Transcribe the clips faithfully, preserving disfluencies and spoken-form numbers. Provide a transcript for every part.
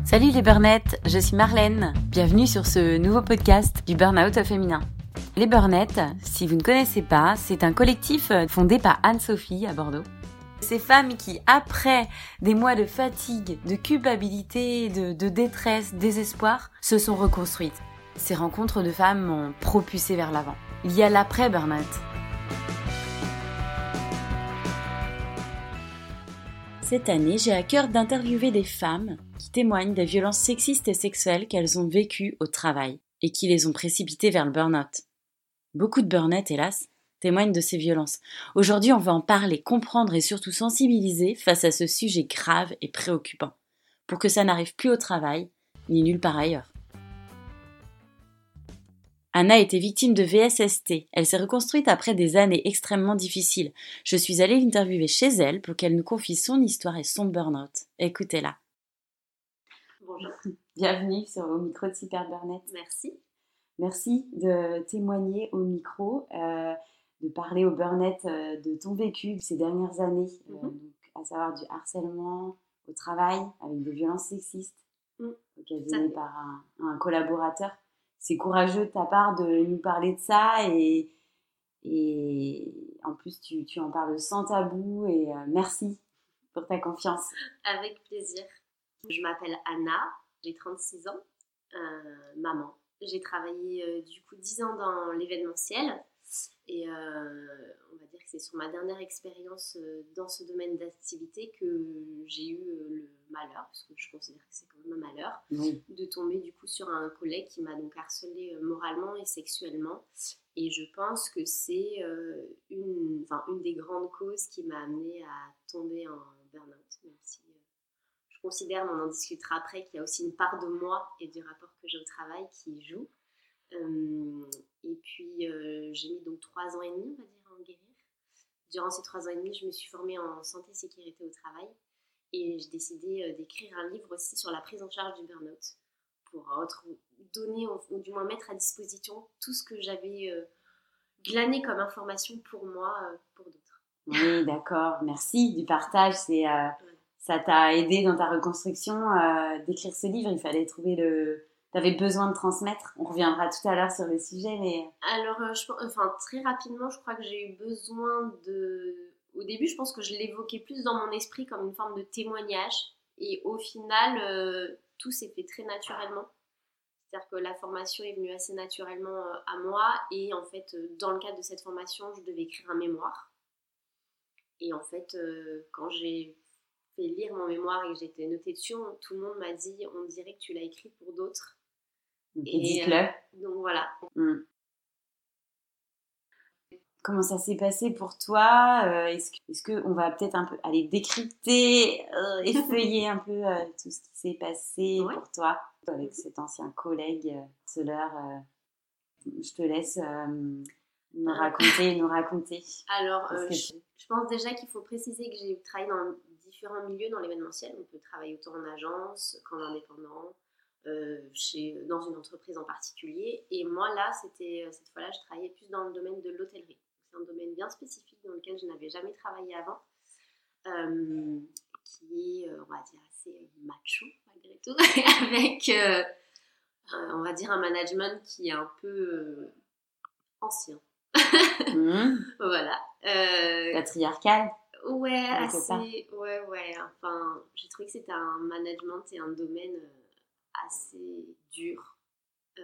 Salut les burnettes, je suis Marlène. Bienvenue sur ce nouveau podcast du Burnout au féminin. Les burnettes, si vous ne connaissez pas, c'est un collectif fondé par Anne-Sophie à Bordeaux. Ces femmes qui, après des mois de fatigue, de culpabilité, de, de détresse, désespoir, se sont reconstruites. Ces rencontres de femmes m'ont propulsée vers l'avant. Il y a l'après-burnout. Cette année, j'ai à cœur d'interviewer des femmes qui témoignent des violences sexistes et sexuelles qu'elles ont vécues au travail et qui les ont précipitées vers le burn-out. Beaucoup de burn-out, hélas, témoignent de ces violences. Aujourd'hui, on va en parler, comprendre et surtout sensibiliser face à ce sujet grave et préoccupant, pour que ça n'arrive plus au travail, ni nulle part ailleurs. Anna était victime de V S S T. Elle s'est reconstruite après des années extrêmement difficiles. Je suis allée l'interviewer chez elle pour qu'elle nous confie son histoire et son burn-out. Écoutez-la. Bonjour. Bienvenue sur au micro de Super Burnette. Merci. Merci de témoigner au micro, euh, de parler au burn-out euh, de ton vécu de ces dernières années, mm-hmm. euh, donc, à savoir du harcèlement au travail avec des violences sexistes mm. occasionnées par un, un collaborateur. C'est courageux de ta part de nous parler de ça et, et en plus tu, tu en parles sans tabou et euh, merci pour ta confiance. Avec plaisir. Je m'appelle Anna, j'ai trente-six ans, euh, maman. J'ai travaillé euh, du coup dix ans dans l'événementiel et euh, on va dire que c'est sur ma dernière expérience euh, dans ce domaine d'activité que j'ai eu euh, le malheur, parce que je considère que c'est quand même un malheur, oui. de tomber du coup sur un collègue qui m'a donc harcelée euh, moralement et sexuellement. Et je pense que c'est euh, une, enfin, une des grandes causes qui m'a amenée à tomber en burn-out, même si euh, je considère, mais on en discutera après, qu'il y a aussi une part de moi et du rapport que j'ai au travail qui joue. Euh, et puis euh, j'ai mis donc trois ans et demi, on va dire, à en guérir. Durant ces trois ans et demi, je me suis formée en santé et sécurité au travail et j'ai décidé euh, d'écrire un livre aussi sur la prise en charge du burn-out pour euh, donner, ou du moins mettre à disposition tout ce que j'avais euh, glané comme information pour moi, euh, pour d'autres. Oui, d'accord, merci du partage. C'est, euh, ouais. Ça t'a aidé dans ta reconstruction euh, d'écrire ce livre. Il fallait trouver le... Tu avais besoin de transmettre. On reviendra tout à l'heure sur le sujet, mais... Alors, euh, je, enfin, très rapidement, je crois que j'ai eu besoin de... Au début, je pense que je l'évoquais plus dans mon esprit comme une forme de témoignage. Et au final, euh, tout s'est fait très naturellement. C'est-à-dire que la formation est venue assez naturellement euh, à moi. Et en fait, euh, dans le cadre de cette formation, je devais écrire un mémoire. Et en fait, euh, quand j'ai fait lire mon mémoire et que j'étais notée dessus, tout le monde m'a dit « On dirait que tu l'as écrit pour d'autres ». Et dites-le. Euh, donc voilà. Mm. Comment ça s'est passé pour toi euh, Est-ce que, est-ce que on va peut-être un peu aller décrypter, euh, effeuiller un peu euh, tout ce qui s'est passé ouais. pour toi avec cet ancien collègue euh, harceleur euh, je te laisse euh, nous raconter, nous raconter. Alors, euh, je, je pense déjà qu'il faut préciser que j'ai travaillé dans différents milieux dans l'événementiel. On peut travailler autant en agence qu'en indépendant. Euh, chez, dans une entreprise en particulier. Et moi, là, c'était, cette fois-là, je travaillais plus dans le domaine de l'hôtellerie. C'est un domaine bien spécifique dans lequel je n'avais jamais travaillé avant, euh, qui est, on va dire, assez macho, malgré tout, avec, euh, un, on va dire, un management qui est un peu euh, ancien. Mmh. Voilà. Euh, Patriarcal. Ouais, assez... Ouais, ouais. Enfin, j'ai trouvé que c'était un management et un domaine... Euh, assez dur euh,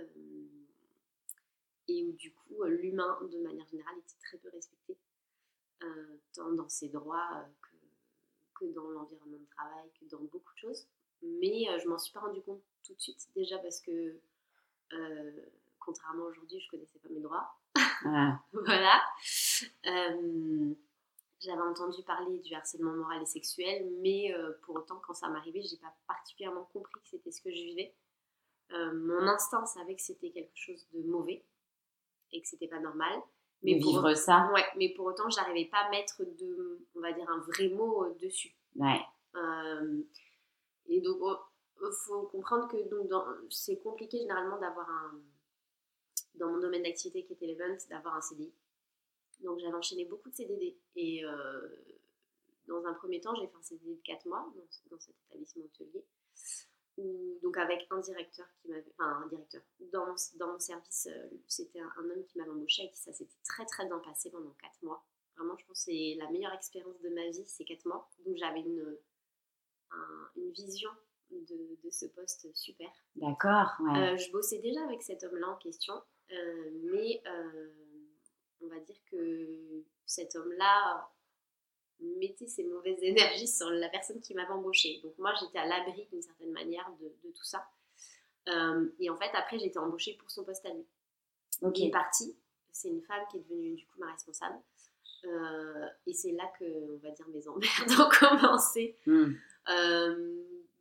et où du coup l'humain de manière générale était très peu respecté euh, tant dans ses droits euh, que, que dans l'environnement de travail, que dans beaucoup de choses, mais euh, je m'en suis pas rendu compte tout de suite, déjà parce que euh, contrairement à aujourd'hui je connaissais pas mes droits. Ah. Voilà. euh, J'avais entendu parler du harcèlement moral et sexuel, mais euh, pour autant, quand ça m'arrivait, j'ai pas particulièrement compris que c'était ce que je vivais. Euh, mon instinct savait que c'était quelque chose de mauvais et que c'était pas normal. Mais de vivre pour, ça. Ouais, mais pour autant, j'arrivais pas à mettre de, on va dire, un vrai mot euh, dessus. Ouais. Euh, et donc, il oh, faut comprendre que donc, dans, c'est compliqué généralement d'avoir un, dans mon domaine d'activité qui est l'event, d'avoir un C D I. Donc j'avais enchaîné beaucoup de C D D et euh, dans un premier temps j'ai fait un C D D de quatre mois dans, dans cet établissement hôtelier où, donc avec un directeur qui m'avait, enfin un directeur, dans mon, dans mon service, euh, c'était un, un homme qui m'avait embauché et qui ça s'était très très bien passé pendant quatre mois. Vraiment, je pense que c'est la meilleure expérience de ma vie, ces quatre mois. Donc j'avais une, un, une vision de, de ce poste super. D'accord, ouais. Euh, je bossais déjà avec cet homme-là en question, euh, mais euh, on va dire que cet homme-là mettait ses mauvaises énergies sur la personne qui m'avait embauchée. Donc moi, j'étais à l'abri d'une certaine manière de, de tout ça. Euh, et en fait, après, j'ai été embauchée pour son poste à lui. Ok. Il est parti. C'est une femme qui est devenue du coup ma responsable. Euh, et c'est là que, on va dire, mes emmerdes ont commencé. Mm. Euh,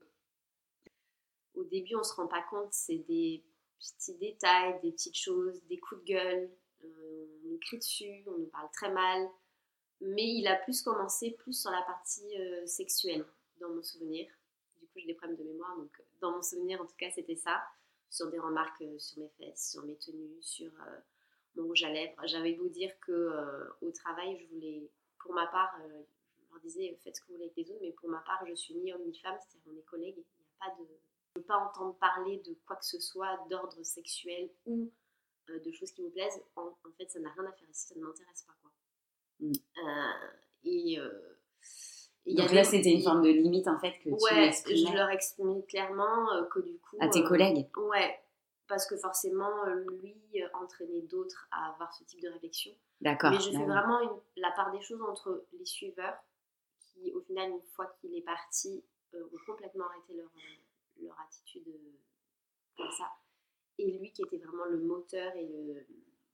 au début, on se rend pas compte, c'est des petits détails, des petites choses, des coups de gueule. Euh, on nous crie dessus, on nous parle très mal. Mais il a plus commencé plus sur la partie euh, sexuelle, dans mon souvenir. Du coup, j'ai des problèmes de mémoire, donc dans mon souvenir, en tout cas, c'était ça. Sur des remarques euh, sur mes fesses, sur mes tenues, sur euh, mon rouge à lèvres. J'avais beau dire qu'au euh, travail, je voulais, pour ma part, euh, je leur disais, faites ce que vous voulez avec les autres, mais pour ma part, je suis ni homme ni femme, c'est-à-dire on est collègues, il n'y a pas de... Je ne veux pas entendre parler de quoi que ce soit d'ordre sexuel ou euh, de choses qui me plaisent. En, en fait, ça n'a rien à faire ici, ça ne m'intéresse pas, quoi. Mm. Euh, et, euh, et donc là, des... c'était une forme de limite en fait que ouais, tu exprimais. Je leur exprimais clairement euh, que du coup à tes euh, collègues. Ouais, parce que forcément lui euh, entraînait d'autres à avoir ce type de réflexion. D'accord. Mais je fais ouais. vraiment une, la part des choses entre les suiveurs qui au final une fois qu'il est parti euh, ont complètement arrêté leur, euh, leur attitude euh, comme ça, et lui qui était vraiment le moteur et le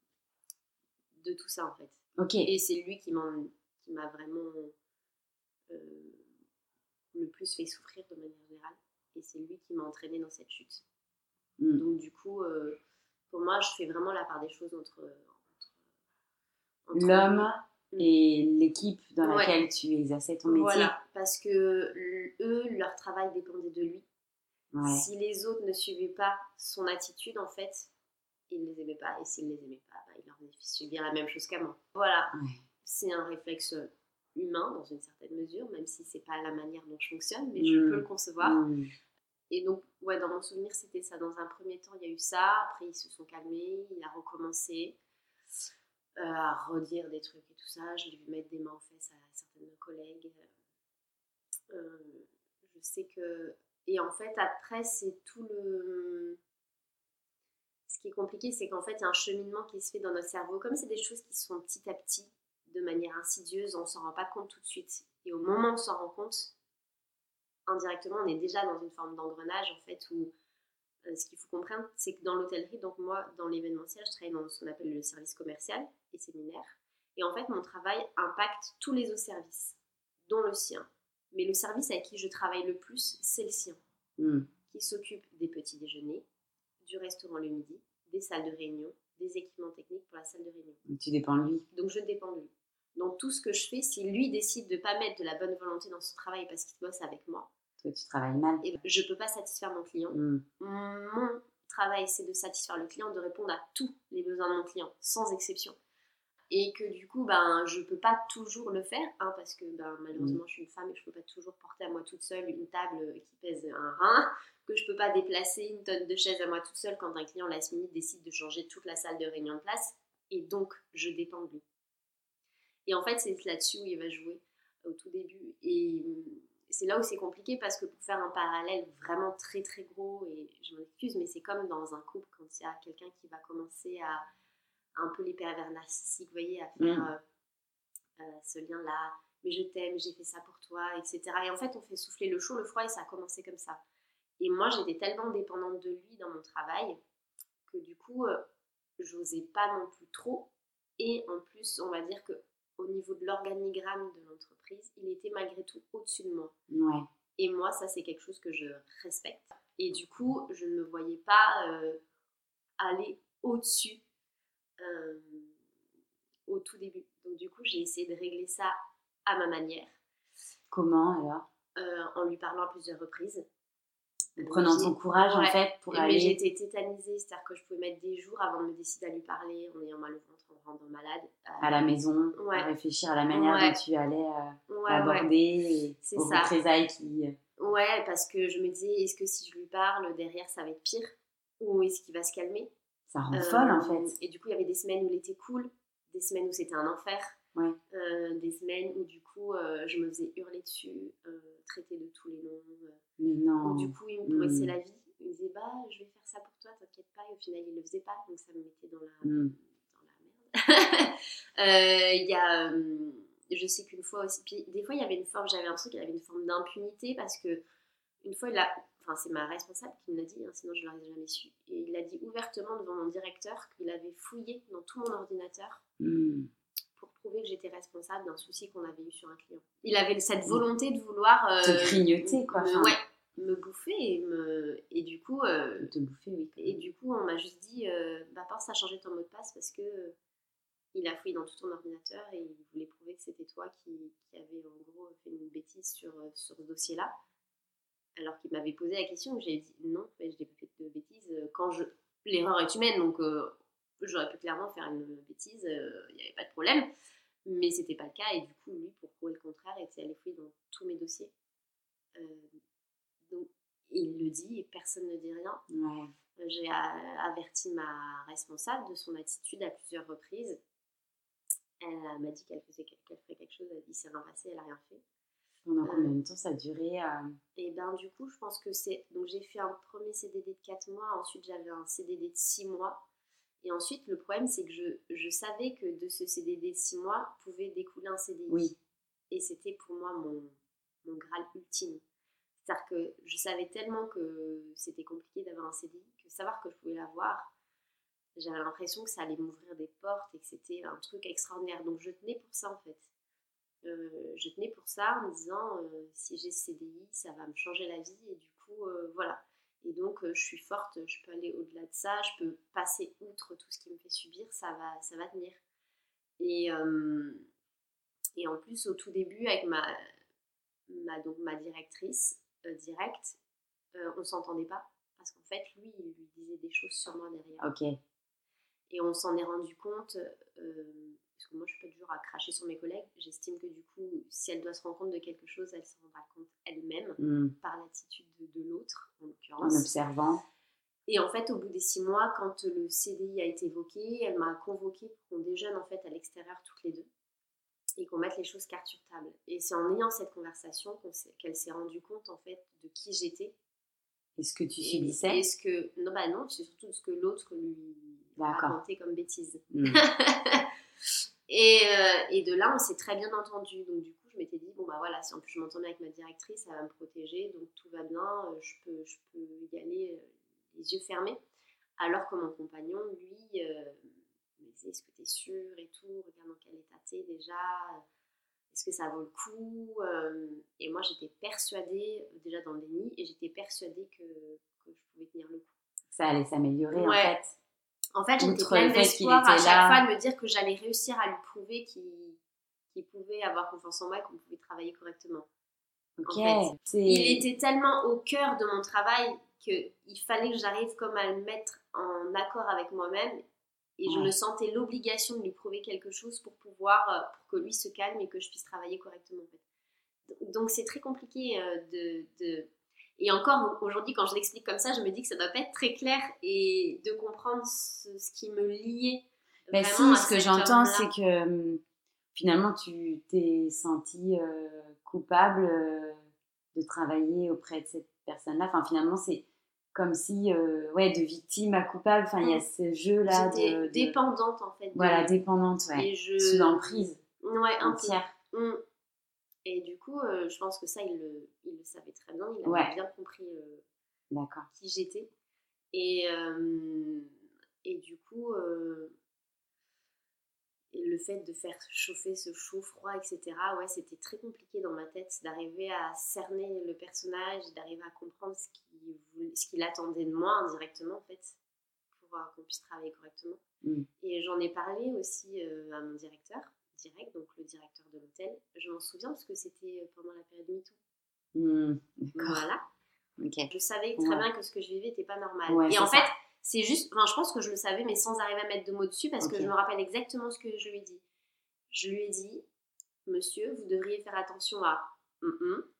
de tout ça en fait. Ok. Et c'est lui qui m'a, qui m'a vraiment euh, le plus fait souffrir de manière générale. Et c'est lui qui m'a entraînée dans cette chute. Mm. Donc du coup, euh, pour moi, je fais vraiment la part des choses entre, entre, entre l'homme lui. Et l'équipe dans ouais. laquelle tu exerçais ton métier. Voilà, parce que eux, leur travail dépendait de lui. Ouais. Si les autres ne suivaient pas son attitude, en fait, ils ne les aimaient pas. Et s'ils ne les aimaient pas, bah, ils leur faisaient subir la même chose qu'à moi. Voilà, ouais. C'est un réflexe humain dans une certaine mesure, même si c'est pas la manière dont je fonctionne, mais mmh. je peux le concevoir. Mmh. Et donc, ouais, dans mon souvenir, c'était ça. Dans un premier temps, il y a eu ça. Après, ils se sont calmés. Il a recommencé euh, à redire des trucs et tout ça. Je l'ai vu mettre des mains aux fesses à certains de mes collègues. Euh, je sais que... Et en fait, après, c'est tout le... Ce qui est compliqué, c'est qu'en fait, il y a un cheminement qui se fait dans notre cerveau. Comme c'est des choses qui se font petit à petit, de manière insidieuse, on ne s'en rend pas compte tout de suite. Et au moment où on s'en rend compte, indirectement, on est déjà dans une forme d'engrenage, en fait, où euh, ce qu'il faut comprendre, c'est que dans l'hôtellerie, donc moi, dans l'événementiel, je travaille dans ce qu'on appelle le service commercial et séminaire. Et en fait, mon travail impacte tous les autres services, dont le sien. Mais le service avec qui je travaille le plus, c'est le sien, mmh. qui s'occupe des petits déjeuners, du restaurant le midi, des salles de réunion, des équipements techniques pour la salle de réunion. Donc tu dépends de lui. Donc je dépends de lui. Donc tout ce que je fais, si lui décide de ne pas mettre de la bonne volonté dans son travail parce qu'il bosse avec moi, toi tu travailles mal. Et je ne peux pas satisfaire mon client. Mm. Mon travail, c'est de satisfaire le client, de répondre à tous les besoins de mon client, sans exception. Et que du coup, ben, je ne peux pas toujours le faire, hein, parce que ben, malheureusement, mm. je suis une femme et que je ne peux pas toujours porter à moi toute seule une table qui pèse un rein, que je ne peux pas déplacer une tonne de chaises à moi toute seule quand un client last minute décide de changer toute la salle de réunion de place. Et donc, je dépends de lui. Et en fait, c'est là-dessus où il va jouer au tout début. Et c'est là où c'est compliqué parce que pour faire un parallèle vraiment très très gros, et je m'en excuse, mais c'est comme dans un couple quand il y a quelqu'un qui va commencer à un peu les pervers narcissiques, vous voyez, à faire mmh. euh, euh, ce lien-là, mais je t'aime, j'ai fait ça pour toi, et cetera. Et en fait, on fait souffler le chaud, le froid, et ça a commencé comme ça. Et moi, j'étais tellement dépendante de lui dans mon travail que du coup, euh, j'osais pas non plus trop. Et en plus, on va dire que au niveau de l'organigramme de l'entreprise, il était malgré tout au-dessus de moi. Ouais. Et moi, ça, c'est quelque chose que je respecte. Et du coup, je ne me voyais pas euh, aller au-dessus euh, au tout début. Donc, du coup, j'ai essayé de régler ça à ma manière. Comment, alors euh, En lui parlant à plusieurs reprises. En prenant ton courage, ouais. en fait, pour mais aller... Mais j'étais tétanisée, c'est-à-dire que je pouvais mettre des jours avant de me décider à lui parler, en ayant mal au ventre, en rendant malade. Euh, à la maison, ouais. à réfléchir à la manière ouais. dont tu allais euh, ouais, l'aborder, ouais. et c'est aux ça. représailles qui ouais, Ouais, parce que je me disais, est-ce que si je lui parle, derrière, ça va être pire? Ou est-ce qu'il va se calmer? Ça rend euh, folle, en fait. Et du coup, il y avait des semaines où il était cool, des semaines où c'était un enfer, ouais. euh, des semaines où, du coup, euh, je me faisais hurler dessus, euh, traiter de tous les noms. Euh, Mais non. Où, du coup, il me pourrissait mmh. la vie. Il me disait, bah, je vais faire ça pour toi, t'inquiète pas. Et au final, il le faisait pas, donc ça me mettait dans la, mmh. dans la merde. Il euh, y a... Euh, je sais qu'une fois aussi, puis des fois il y avait une forme, j'avais l'impression qu'il y avait une forme d'impunité parce que une fois il a, enfin c'est ma responsable qui me l'a dit, hein, sinon je l'aurais jamais su, et il a dit ouvertement devant mon directeur qu'il avait fouillé dans tout mon ordinateur mmh. pour prouver que j'étais responsable d'un souci qu'on avait eu sur un client. Il avait cette volonté de vouloir euh, te grignoter quoi. Me, ouais, me bouffer et me et du coup euh, te bouffer oui. Et du coup on m'a juste dit euh, bah pense à changer ton mot de passe parce que euh, il a fouillé dans tout ton ordinateur et il voulait prouver que c'était toi qui, qui avais en gros fait une bêtise sur, sur ce dossier-là. Alors qu'il m'avait posé la question, j'ai dit non, je n'ai pas fait de bêtise. Quand je... L'erreur est humaine, donc euh, j'aurais pu clairement faire une bêtise, il euh, n'y avait pas de problème. Mais ce n'était pas le cas et du coup, lui, pour prouver le contraire, il était allé fouiller dans tous mes dossiers. Euh, donc, il le dit et personne ne dit rien. Ouais. J'ai averti ma responsable de son attitude à plusieurs reprises. Elle m'a dit qu'elle, faisait, qu'elle ferait quelque chose, il s'est rien passé, elle n'a rien fait. Pendant combien de temps ça a duré euh... Et bien du coup, je pense que c'est... Donc j'ai fait un premier C D D de quatre mois, ensuite j'avais un C D D de six mois. Et ensuite, le problème, c'est que je, je savais que de ce C D D de six mois pouvait découler un C D I. Oui. Et c'était pour moi mon, mon Graal ultime. C'est-à-dire que je savais tellement que c'était compliqué d'avoir un C D I, que savoir que je pouvais l'avoir, j'avais l'impression que ça allait m'ouvrir des portes et que c'était un truc extraordinaire. Donc je tenais pour ça en fait. Euh, je tenais pour ça en me disant euh, si j'ai ce C D I, ça va me changer la vie et du coup euh, voilà. Et donc euh, je suis forte, je peux aller au-delà de ça, je peux passer outre tout ce qui me fait subir, ça va, ça va tenir. Et, euh, et en plus au tout début avec ma, ma, donc, ma directrice euh, directe, euh, on s'entendait pas parce qu'en fait lui il lui disait des choses sur moi derrière. Ok. Et on s'en est rendu compte, euh, parce que moi je suis pas du genre à cracher sur mes collègues, j'estime que du coup, si elle doit se rendre compte de quelque chose, elle se rendra compte elle-même, mm. par l'attitude de, de l'autre, en l'occurrence. En observant. Et en fait, au bout des six mois, quand le C D I a été évoqué, elle m'a convoquée pour qu'on déjeune en fait à l'extérieur toutes les deux et qu'on mette les choses carte sur table. Et c'est en ayant cette conversation qu'on s'est, qu'elle s'est rendue compte en fait de qui j'étais. Est-ce que tu subissais? Est-ce que... Non, bah non, c'est surtout ce que l'autre lui racontait comme bêtise. Mmh. et, euh, et de là, on s'est très bien entendu. Donc du coup, je m'étais dit, bon bah voilà, si en plus je m'entendais avec ma directrice, ça va me protéger, donc tout va bien, je peux, je peux y aller euh, les yeux fermés. Alors que mon compagnon, lui, euh, me disait, est-ce que t'es sûre et tout, regarde dans quel état t'es déjà, est-ce que ça vaut le coup? euh, Et moi, j'étais persuadée, déjà dans le déni, et j'étais persuadée que, que je pouvais tenir le coup. Ça allait s'améliorer, ouais. en fait. En fait, j'étais pleine d'espoir à chaque là. fois de me dire que j'allais réussir à lui prouver qu'il, qu'il pouvait avoir confiance en moi et qu'on pouvait travailler correctement. Ok. En fait, c'est... il était tellement au cœur de mon travail qu'il fallait que j'arrive comme à le mettre en accord avec moi-même. Et ouais. je me sentais l'obligation de lui prouver quelque chose pour pouvoir, pour que lui se calme et que je puisse travailler correctement. En fait. Donc c'est très compliqué de, de... Et encore aujourd'hui, quand je l'explique comme ça, je me dis que ça ne doit pas être très clair et de comprendre ce, ce qui me liait. Mais si, ce que j'entends, c'est que euh, finalement, tu t'es sentie euh, coupable euh, de travailler auprès de cette personne-là. Enfin, finalement, c'est comme si, euh, ouais, de victime à coupable. Enfin, il y a ce jeu-là. J'étais de, de... dépendante, en fait. De... Voilà, dépendante, ouais. Et je... Sous l'emprise. Ouais, un entière. Peu. Mm. Et du coup, euh, je pense que ça, il le, il le savait très bien. Il avait ouais. bien compris euh, D'accord. qui j'étais. Et, euh, et du coup, euh, le fait de faire chauffer ce chaud-froid, et cetera, ouais, c'était très compliqué dans ma tête d'arriver à cerner le personnage, d'arriver à comprendre ce qu'il, voulait, ce qu'il attendait de moi indirectement, en fait, pour euh, qu'on puisse travailler correctement. Mm. Et j'en ai parlé aussi euh, à mon directeur. Direct, donc le directeur de l'hôtel. Je m'en souviens parce que c'était pendant la période MeToo. Mmh, d'accord. Voilà. Okay. Je savais très ouais. bien que ce que je vivais n'était pas normal. Ouais, et en ça. fait, c'est juste, enfin, je pense que je le savais, mais sans arriver à mettre de mots dessus, parce okay. que je me rappelle exactement ce que je lui ai dit. Je lui ai dit, monsieur, vous devriez faire attention à mm-mm.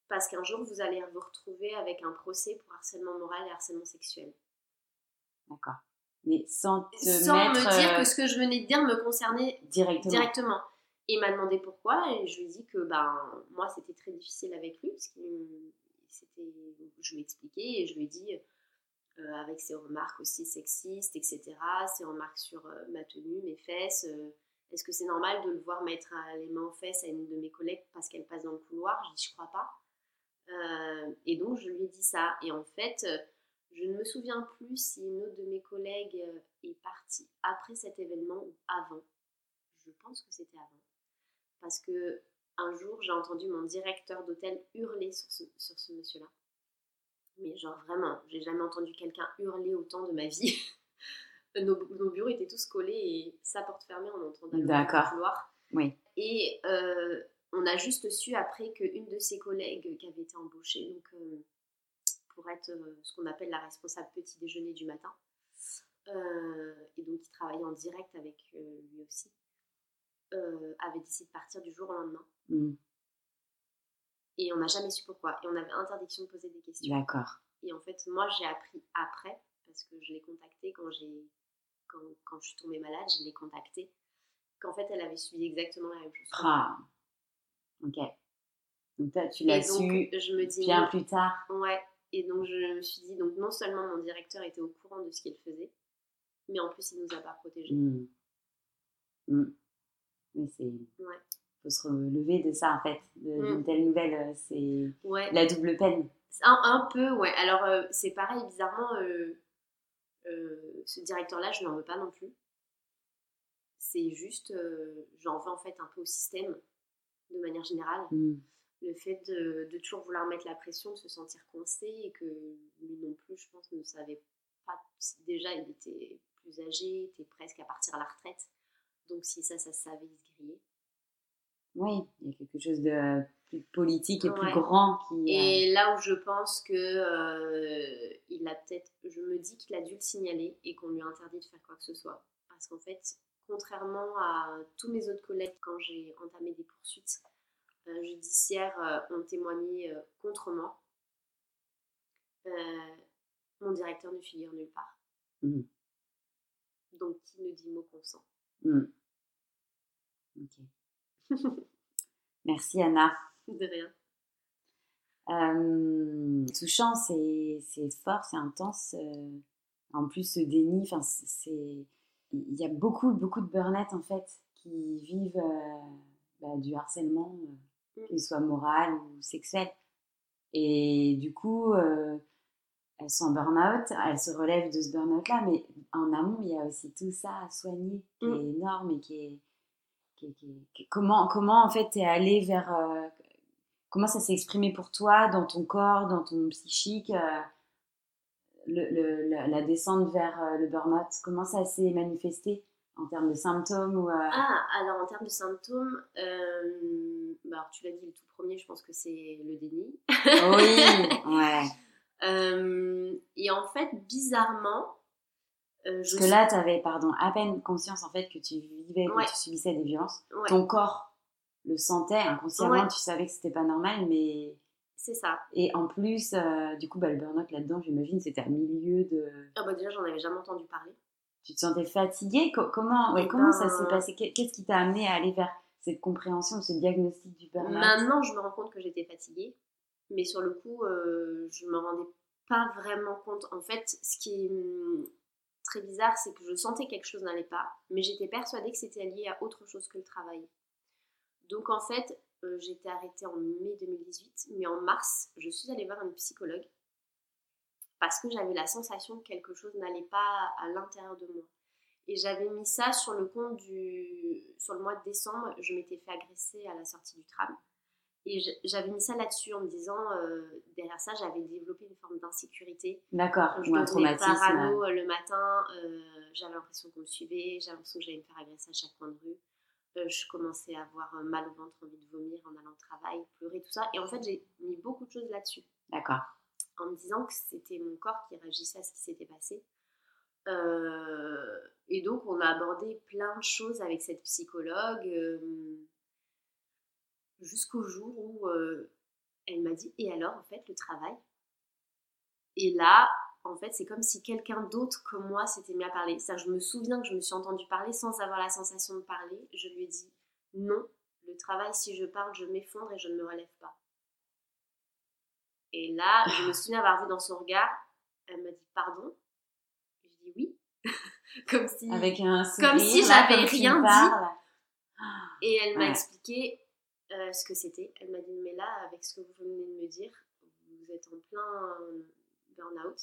parce qu'un jour, vous allez vous retrouver avec un procès pour harcèlement moral et harcèlement sexuel. D'accord. Mais sans te Sans mettre... me dire euh, que ce que je venais de dire me concernait directement. directement. Et il m'a demandé pourquoi, et je lui ai dit que ben, moi, c'était très difficile avec lui, parce que c'était... je lui ai expliqué, et je lui ai dit, euh, avec ses remarques aussi sexistes, et cetera, ses remarques sur euh, ma tenue, mes fesses, euh, est-ce que c'est normal de le voir mettre euh, les mains aux fesses à une de mes collègues parce qu'elle passe dans le couloir? Je dis, je crois pas. Euh, et donc, je lui ai dit ça. Et en fait, je ne me souviens plus si une autre de mes collègues est partie après cet événement ou avant. Je pense que c'était avant. Parce que un jour, j'ai entendu mon directeur d'hôtel hurler sur ce, sur ce monsieur-là. Mais genre vraiment, j'ai jamais entendu quelqu'un hurler autant de ma vie. nos, nos bureaux étaient tous collés et sa porte fermée, on entendait dans le couloir. Oui. Et euh, on a juste su après qu'une de ses collègues qui avait été embauchée, donc euh, pour être euh, ce qu'on appelle la responsable petit déjeuner du matin, euh, et donc qui travaillait en direct avec euh, lui aussi, euh, avait décidé de partir du jour au lendemain. Mm. Et on n'a jamais su pourquoi. Et on avait interdiction de poser des questions. D'accord. Et en fait, moi, j'ai appris après, parce que je l'ai contactée quand, j'ai, quand, quand je suis tombée malade, je l'ai contactée, qu'en fait, elle avait subi exactement la même chose. Ah. Ok. Donc toi, tu l'as et donc, su je me dis, bien non. plus tard. Ouais. Et donc, je me suis dit, donc non seulement mon directeur était au courant de ce qu'il faisait, mais en plus, il nous a pas protégés. Mm. Mm. Mais c'est... Ouais. Faut se relever de ça, en fait. De, mm. D'une telle nouvelle, c'est ouais. la double peine. Un, un peu, ouais. Alors, euh, c'est pareil, bizarrement, euh, euh, ce directeur-là, je ne l'en veux pas non plus. C'est juste, euh, j'en veux en fait un peu au système, de manière générale. Mm. Le fait de, de toujours vouloir mettre la pression, de se sentir coincé, et que lui non plus, je pense, ne savait pas. Déjà, il était plus âgé, il était presque à partir à la retraite. Donc, si ça, ça se savait, il se grillait. Oui, il y a quelque chose de plus politique et ouais. plus grand qui... Et euh... là où je pense que euh, il a peut-être... Je me dis qu'il a dû le signaler et qu'on lui a interdit de faire quoi que ce soit. Parce qu'en fait, contrairement à tous mes autres collègues, quand j'ai entamé des poursuites euh, judiciaires, euh, ont témoigné euh, contre moi, euh, mon directeur ne figure nulle part. Mmh. Donc, qui ne dit mot consent. Mmh. Ok. Merci Anna. De rien. Euh, touchant, c'est, c'est fort, c'est intense. Euh, en plus, ce déni, enfin, c'est, il y a beaucoup, beaucoup de burn-out en fait qui vivent euh, bah, du harcèlement, euh, qu'il soit moral ou sexuel. Et du coup, euh, elles sont en burn-out, elles se relèvent de ce burn-out-là, mais en amont, il y a aussi tout ça à soigner, qui mm. est énorme et qui est, qui est, qui est, qui est comment, comment en fait t'es allé vers, euh, comment ça s'est exprimé pour toi dans ton corps, dans ton psychique, euh, le, le, la, la descente vers euh, le burn-out, comment ça s'est manifesté en termes de symptômes ou, euh... Ah, alors en termes de symptômes, euh, bah alors tu l'as dit, le tout premier, je pense que c'est le déni. Oui, ouais. Euh, et en fait, bizarrement, euh, je parce que là, tu avais, pardon, à peine conscience en fait que tu vivais, ouais. que tu subissais des violences. Ouais. Ton corps le sentait inconsciemment, ouais. Tu savais que c'était pas normal, mais c'est ça. Et en plus, euh, du coup, bah, le burn-out là-dedans, j'imagine, c'était à milieu de. Ah bah déjà, j'en avais jamais entendu parler. Tu te sentais fatiguée? Co- Comment, ouais, comment ben... ça s'est passé? Qu'est-ce qui t'a amené à aller vers cette compréhension, ce diagnostic du burn-out? Maintenant, je me rends compte que j'étais fatiguée, mais sur le coup, euh, je me rendais pas vraiment compte. En fait, ce qui est hum, très bizarre, c'est que je sentais que quelque chose n'allait pas, mais j'étais persuadée que c'était lié à autre chose que le travail. Donc en fait, euh, j'étais arrêtée en mai deux mille dix-huit, mais en mars, je suis allée voir une psychologue parce que j'avais la sensation que quelque chose n'allait pas à l'intérieur de moi. Et j'avais mis ça sur le compte du... Sur le mois de décembre, je m'étais fait agresser à la sortie du tram. Et j'avais mis ça là-dessus en me disant, euh, derrière ça, j'avais développé une forme d'insécurité. D'accord, je ou un traumatisme. Parano euh, le matin, euh, j'avais l'impression qu'on me suivait, j'avais l'impression que j'allais me faire agresser à chaque coin de rue. Euh, je commençais à avoir mal au ventre, envie de vomir en allant au travail, pleurer, tout ça. Et en fait, j'ai mis beaucoup de choses là-dessus. D'accord. En me disant que c'était mon corps qui réagissait à ce qui s'était passé. Euh, et donc, on a abordé plein de choses avec cette psychologue euh, jusqu'au jour où euh, elle m'a dit, et alors, en fait, le travail? Et là, en fait, c'est comme si quelqu'un d'autre que moi s'était mis à parler. C'est-à-dire, je me souviens que je me suis entendue parler sans avoir la sensation de parler. Je lui ai dit, non, le travail, si je parle, je m'effondre et je ne me relève pas. Et là, je me souviens avoir vu dans son regard, elle m'a dit, pardon? Je dis oui. Comme si, avec un sourire, comme si là, j'avais comme tu rien parles. dit. Et elle m'a Ouais. expliqué euh, ce que c'était. Elle m'a dit, mais là, avec ce que vous venez de me dire, vous êtes en plein burn-out.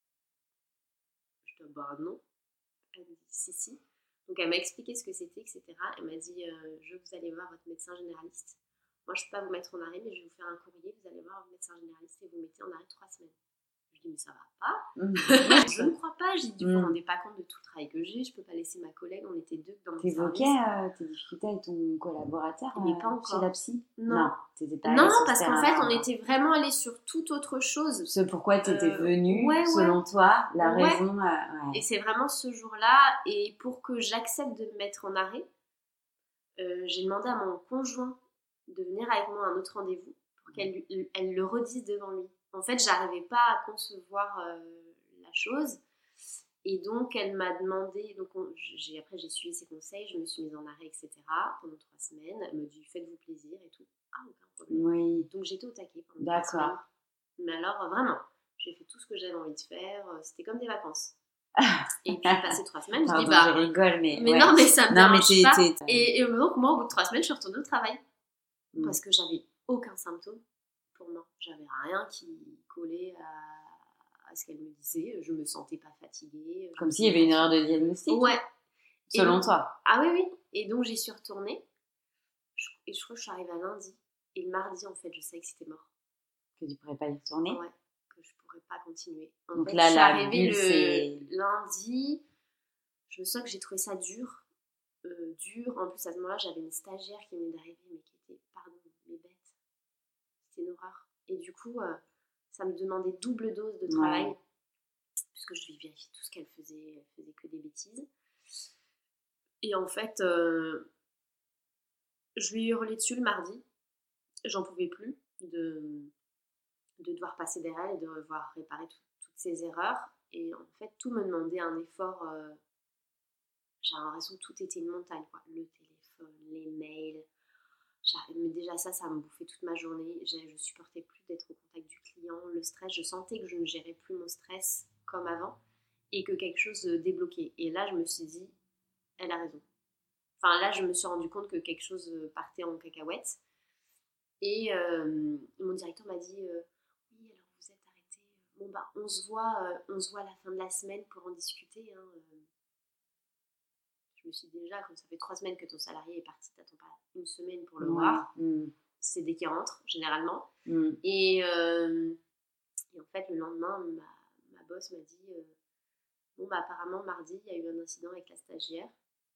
Je dis, bah non. Elle me dit, si, si. Donc elle m'a expliqué ce que c'était, et cetera. Elle m'a dit, euh, je vous allez voir votre médecin généraliste. Moi, je ne peux pas vous mettre en arrêt, mais je vais vous faire un courrier. Vous allez voir votre médecin généraliste et vous mettez en arrêt trois semaines. Je dis, mais ça va pas. Mmh. Je ne crois pas. J'ai dit, vous ne Mm. vous rendez pas compte de tout le travail que j'ai. Je ne peux pas laisser ma collègue. On était deux dans mon T'évoquais service. euh, tes difficultés avec ton collaborateur Mais euh, pas encore. chez la psy? Non. Non, t'étais pas Non, allée sur parce ce qu'en fait, terrain-là on encore. était vraiment allé sur toute autre chose. Ce pourquoi t'étais Euh, venue, ouais, selon ouais. toi, la Ouais. raison. Euh, ouais. Et c'est vraiment ce jour-là. Et pour que j'accepte de me mettre en arrêt, euh, j'ai demandé à mon conjoint de venir avec moi à un autre rendez-vous pour qu'elle lui- elle le redise devant lui. En fait, j'arrivais pas à concevoir euh, la chose. Et donc, elle m'a demandé, donc on- j'ai, après j'ai suivi ses conseils, je me suis mise en arrêt, et cetera pendant trois semaines. Elle me dit, faites-vous plaisir et tout. Ah, aucun problème. Oui, Donc, j'étais au taquet pendant trois d'accord. semaines. Mais alors, euh, vraiment, j'ai fait tout ce que j'avais envie de faire. euh, C'était comme des vacances. Et puis, passé trois semaines, je Pardon, dis, bah, je rigole, mais. mais ouais. non, mais ça me Non, mais dérange t'es- pas. t'es- t'es- Et, et donc, moi, au bout de trois semaines, je suis retournée au travail. Mm. Parce que j'avais aucun symptôme pour moi. J'avais rien qui collait à, à ce qu'elle me disait. Je me sentais pas fatiguée. je Comme me s'il y avait sentais une pas erreur de diagnostic, Ouais. Et selon donc- toi. Ah oui, oui. Et donc, j'y suis retournée. Je- Et je crois que je suis arrivée à lundi. Et le mardi, en fait, je savais que c'était mort. Que tu pourrais pas y retourner. Ouais. Que je pourrais pas continuer. En Donc fait, là, je suis la arrivée bulle, le c'est- lundi. Je sens que j'ai trouvé ça dur. Euh, dur. En plus, à ce moment-là, j'avais une stagiaire qui venait d'arriver, mais qui était, pardon, mais bête. C'était une horreur. Et du coup, euh, ça me demandait double dose de travail. Ouais. Puisque je devais vérifier tout ce qu'elle faisait. Elle faisait que des bêtises. Et en fait, euh, je lui ai hurlé dessus le mardi. J'en pouvais plus de, de devoir passer derrière elle et de devoir réparer tout- toutes ces erreurs. Et en fait, tout me demandait un effort. Euh, J'avais l'impression que tout était une montagne, quoi. Le téléphone, les mails. J'arrive- Mais déjà ça, ça me bouffait toute ma journée. Je, je supportais plus d'être au contact du client. Le stress, je sentais que je ne gérais plus mon stress comme avant et que quelque chose euh, débloquait. Et là, je me suis dit, elle a raison. Enfin, là, je me suis rendu compte que quelque chose euh, partait en cacahuète. Et euh, mon directeur m'a dit, euh, oui, alors vous êtes arrêté. Bon, bah, on se voit, euh, on se voit à la fin de la semaine pour en discuter. Hein. Je me suis dit déjà, comme ça fait trois semaines que ton salarié est parti, t'attends pas une semaine pour le Ouais. voir. Mm. C'est dès qu'il rentre, généralement. Mm. Et, euh, et en fait, le lendemain, ma, ma boss m'a dit, euh, bon, bah apparemment, mardi, il y a eu un incident avec la stagiaire.